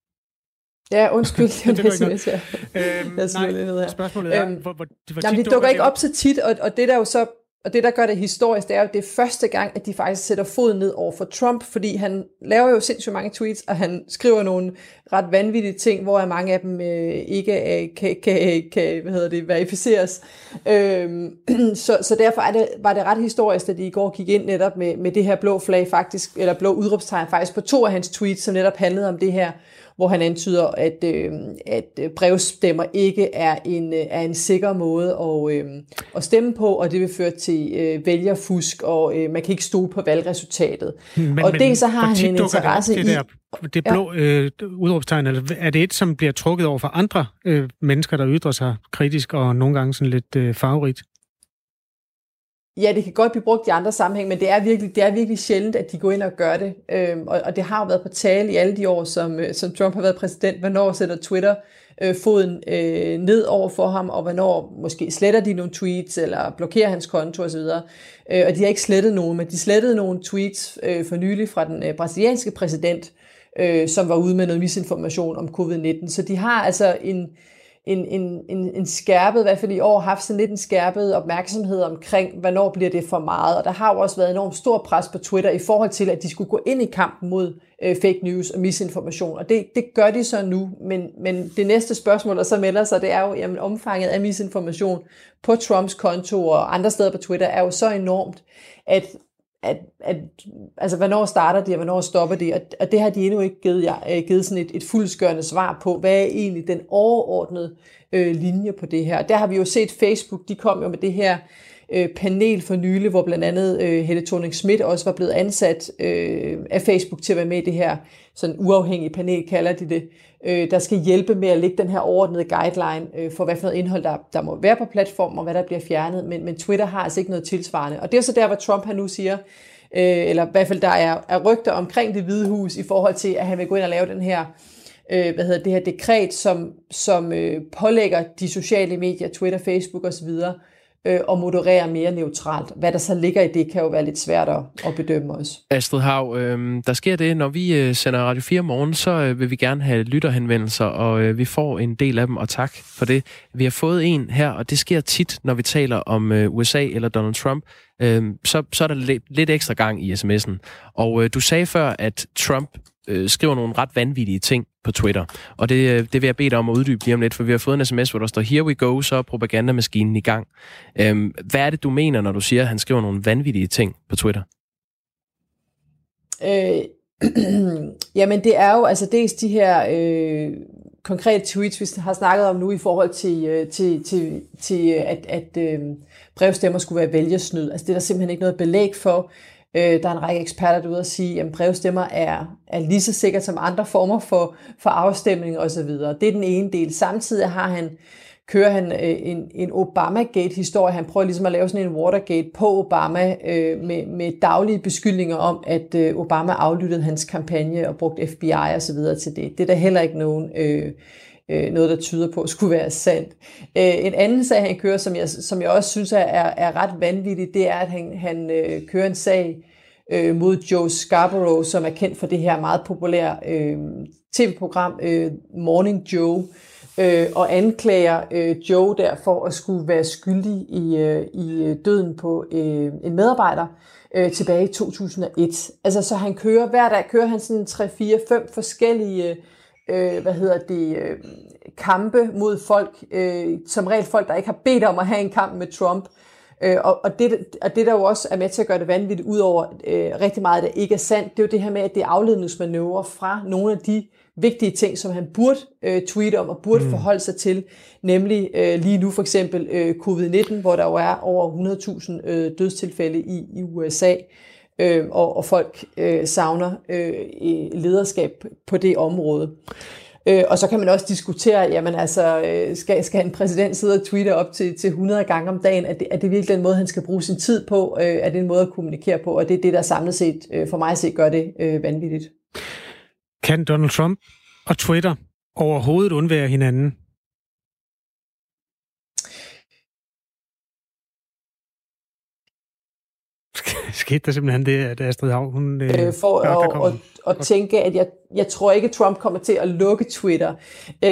Ja, undskyld, det, det var en sms, ja. Øhm, nej, spørgsmålet er, øhm, hvor, hvor, hvor jamen, de dukker ikke op så tit, og, og det der jo så, og det der gør det historisk, det er jo det er første gang, at de faktisk sætter foden ned over for Trump, fordi han laver jo sindssygt mange tweets, og han skriver nogle ret vanvittige ting, hvor mange af dem øh, ikke øh, kan, kan, kan hvad hedder det, verificeres. Øhm, så, så derfor er det, var det ret historisk, at de i går gik ind netop med, med det her blå flag faktisk, eller blå udråbstegn faktisk på to af hans tweets, som netop handlede om det her, hvor han antyder, at, øh, at brevstemmer ikke er en, er en sikker måde at, øh, at stemme på, og det vil føre til øh, vælgerfusk, og øh, man kan ikke stole på valgresultatet. Men, og men, det så har han en interesse det, i... der, det blå ja. øh, udråbstegn, eller er det et, som bliver trukket over for andre øh, mennesker, der ytrer sig kritisk, og nogle gange sådan lidt øh, farverigt? Ja, det kan godt blive brugt i andre sammenhæng, men det er virkelig, det er virkelig sjældent, at de går ind og gør det. Øhm, og, og det har jo været på tale i alle de år, som, som Trump har været præsident. Hvornår sætter Twitter øh, foden øh, ned over for ham, og hvornår måske sletter de nogle tweets, eller blokerer hans konto osv. Øh, og de har ikke slettet nogen, men de slettede nogle tweets øh, for nylig fra den øh, brasilianske præsident, øh, som var ude med noget misinformation om covid nitten. Så de har altså en, en, en, en, en skærpet, i hvert fald i år, haft sådan lidt en skærpet opmærksomhed omkring, hvornår bliver det for meget. Og der har jo også været enormt stor pres på Twitter i forhold til, at de skulle gå ind i kampen mod øh, fake news og misinformation. Og det, det gør de så nu. Men, men det næste spørgsmål, der så melder sig, det er jo, jamen omfanget af misinformation på Trumps konto og andre steder på Twitter er jo så enormt, at At, at, altså, hvornår starter de, og hvornår stopper de, og, og det har de endnu ikke givet, ja, givet sådan et, et fuldskørende svar på, hvad er egentlig den overordnede øh, linje på det her. Der har vi jo set Facebook, de kom jo med det her øh, panel for nylig, hvor blandt andet øh, Helle Thorning-Schmidt også var blevet ansat øh, af Facebook til at være med i det her sådan uafhængige panel, kalder de det, øh, der skal hjælpe med at lægge den her overordnede guideline øh, for, hvad for noget indhold, der, der må være på platformen, og hvad der bliver fjernet, men, men Twitter har altså ikke noget tilsvarende. Og det er så der, hvor Trump han nu siger, øh, eller i hvert fald der er, er rygter omkring Det Hvide Hus i forhold til, at han vil gå ind og lave den her, øh, hvad hedder det her dekret, som, som øh, pålægger de sociale medier, Twitter, Facebook osv., og moderere mere neutralt. Hvad der så ligger i det, kan jo være lidt svært at, at bedømme os. Astrid Haug, øh, der sker det, når vi øh, sender Radio fire morgen, så øh, vil vi gerne have lytterhenvendelser, og øh, vi får en del af dem, og tak for det. Vi har fået en her, og det sker tit, når vi taler om øh, U S A eller Donald Trump, øh, så, så er der lidt, lidt ekstra gang i sms'en. Og øh, du sagde før, at Trump øh, skriver nogle ret vanvittige ting på Twitter. Og det, det vil jeg bede dig om at uddybe lige om lidt, for vi har fået en sms, hvor der står, here we go, så er propagandamaskinen i gang. Øhm, hvad er det, du mener, når du siger, at han skriver nogle vanvittige ting på Twitter? Øh, jamen, det er jo altså dels de her øh, konkrete tweets, vi har snakket om nu i forhold til, øh, til, til, til at, at øh, brevstemmer skulle være vælgersnyd. Altså, det er der simpelthen ikke noget belæg for. Der er en række eksperter derude at sige, at brevstemmer er, er lige så sikkert som andre former for, for afstemning osv. Det er den ene del. Samtidig har han, kører han en, en Obamagate-historie. Han prøver ligesom at lave sådan en Watergate på Obama øh, med, med daglige beskyldninger om, at øh, Obama aflyttede hans kampagne og brugte F B I osv. til det. Det er der heller ikke nogen... Øh, noget, der tyder på, at skulle være sandt. En anden sag, han kører, som jeg, som jeg også synes er, er ret vanvittigt, det er, at han, han øh, kører en sag øh, mod Joe Scarborough, som er kendt for det her meget populære øh, tv-program øh, Morning Joe, øh, og anklager øh, Joe der for at skulle være skyldig i, øh, i døden på øh, en medarbejder øh, tilbage i to tusind og et. Altså, så han kører, hver dag kører han sådan tre, fire, fem forskellige Øh, hvad hedder det, øh, kampe mod folk, øh, som regel folk, der ikke har bedt om at have en kamp med Trump. Øh, og, og, det, og det, der jo også er med til at gøre det vanvittigt, ud over øh, rigtig meget, der ikke er sandt, det er jo det her med, at det er afledningsmanøvrer fra nogle af de vigtige ting, som han burde øh, tweete om og burde mm. forholde sig til, nemlig øh, lige nu for eksempel øh, covid nitten, hvor der jo er over hundrede tusind øh, dødstilfælde i, i U S A. Øh, og, og folk øh, savner øh, lederskab på det område. Øh, og så kan man også diskutere, jamen altså, øh, skal, skal en præsident sidde og tweete op til, til hundrede gange om dagen? Er det, er det virkelig den måde, han skal bruge sin tid på? Øh, er det en måde at kommunikere på? Og det er det, der samlet set, øh, for mig at se, gør det øh, vanvittigt. Kan Donald Trump og Twitter overhovedet undvære hinanden? Skete der simpelthen det, at Astrid Haug, hun... Øh, for at, at, at, at tænke, at jeg, jeg tror ikke, at Trump kommer til at lukke Twitter. Øh,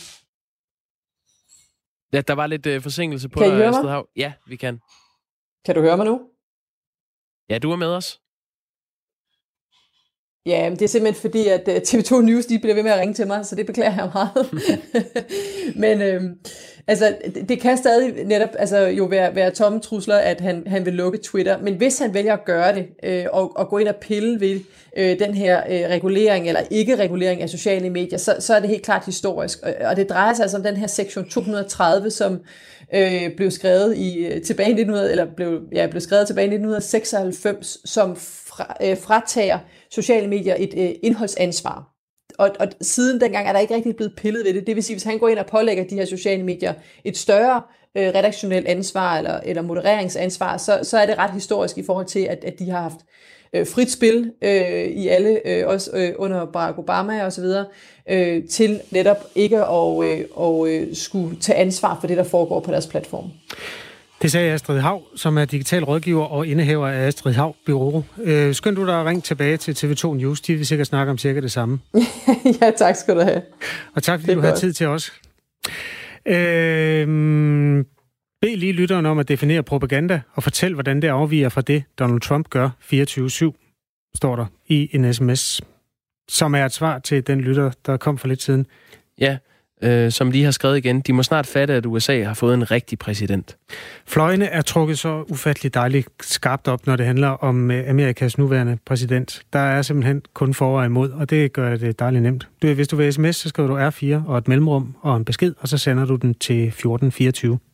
ja, der var lidt øh, forsinkelse på dig, Astrid Haug. Ja, vi kan. Kan du høre mig nu? Ja, du er med os. Ja, det er simpelthen fordi, at T V to News, de bliver ved med at ringe til mig, så det beklager jeg meget. Men øh, altså, det kan stadig netop altså, jo være, være tomme trusler, at han, han vil lukke Twitter. Men hvis han vælger at gøre det, øh, og, og gå ind og pille ved øh, den her øh, regulering, eller ikke-regulering af sociale medier, så, så er det helt klart historisk. Og, og det drejer sig altså om den her sektion to hundrede og tredive, som øh, blev skrevet i tilbage i nitten hundrede, eller blev, ja, blev skrevet tilbage i nitten seksoghalvfems, som fra, øh, fratager sociale medier et øh, indholdsansvar. Og, og siden dengang er der ikke rigtig blevet pillet ved det. Det vil sige, hvis han går ind og pålægger de her sociale medier et større øh, redaktionelt ansvar eller, eller modereringsansvar, så, så er det ret historisk i forhold til, at, at de har haft øh, frit spil øh, i alle, øh, også øh, under Barack Obama og så videre, øh, til netop ikke at øh, og, øh, skulle tage ansvar for det, der foregår på deres platform. Det sagde Astrid Haug, som er digital rådgiver og indehaver af Astrid Haug Bureau. Øh, skynd du dig at ringe tilbage til T V to News. De vil sikkert snakke om cirka det samme. Ja, tak skal du have. Og tak, fordi du har tid til os. Øh, bed lige lytteren om at definere propaganda, og fortæl, hvordan det afviger fra det, Donald Trump gør fireogtyve syv, står der i en sms, som er et svar til den lytter, der kom for lidt siden. Ja, øh, som lige har skrevet igen, de må snart fatte, at U S A har fået en rigtig præsident. Fløjene er trukket så ufatteligt dejligt skarpt op, når det handler om Amerikas nuværende præsident. Der er simpelthen kun for og imod, og det gør det dejligt nemt. Du, hvis du vil sms, så skriver du R fire og et mellemrum og en besked, og så sender du den til fjorten fireogtyve.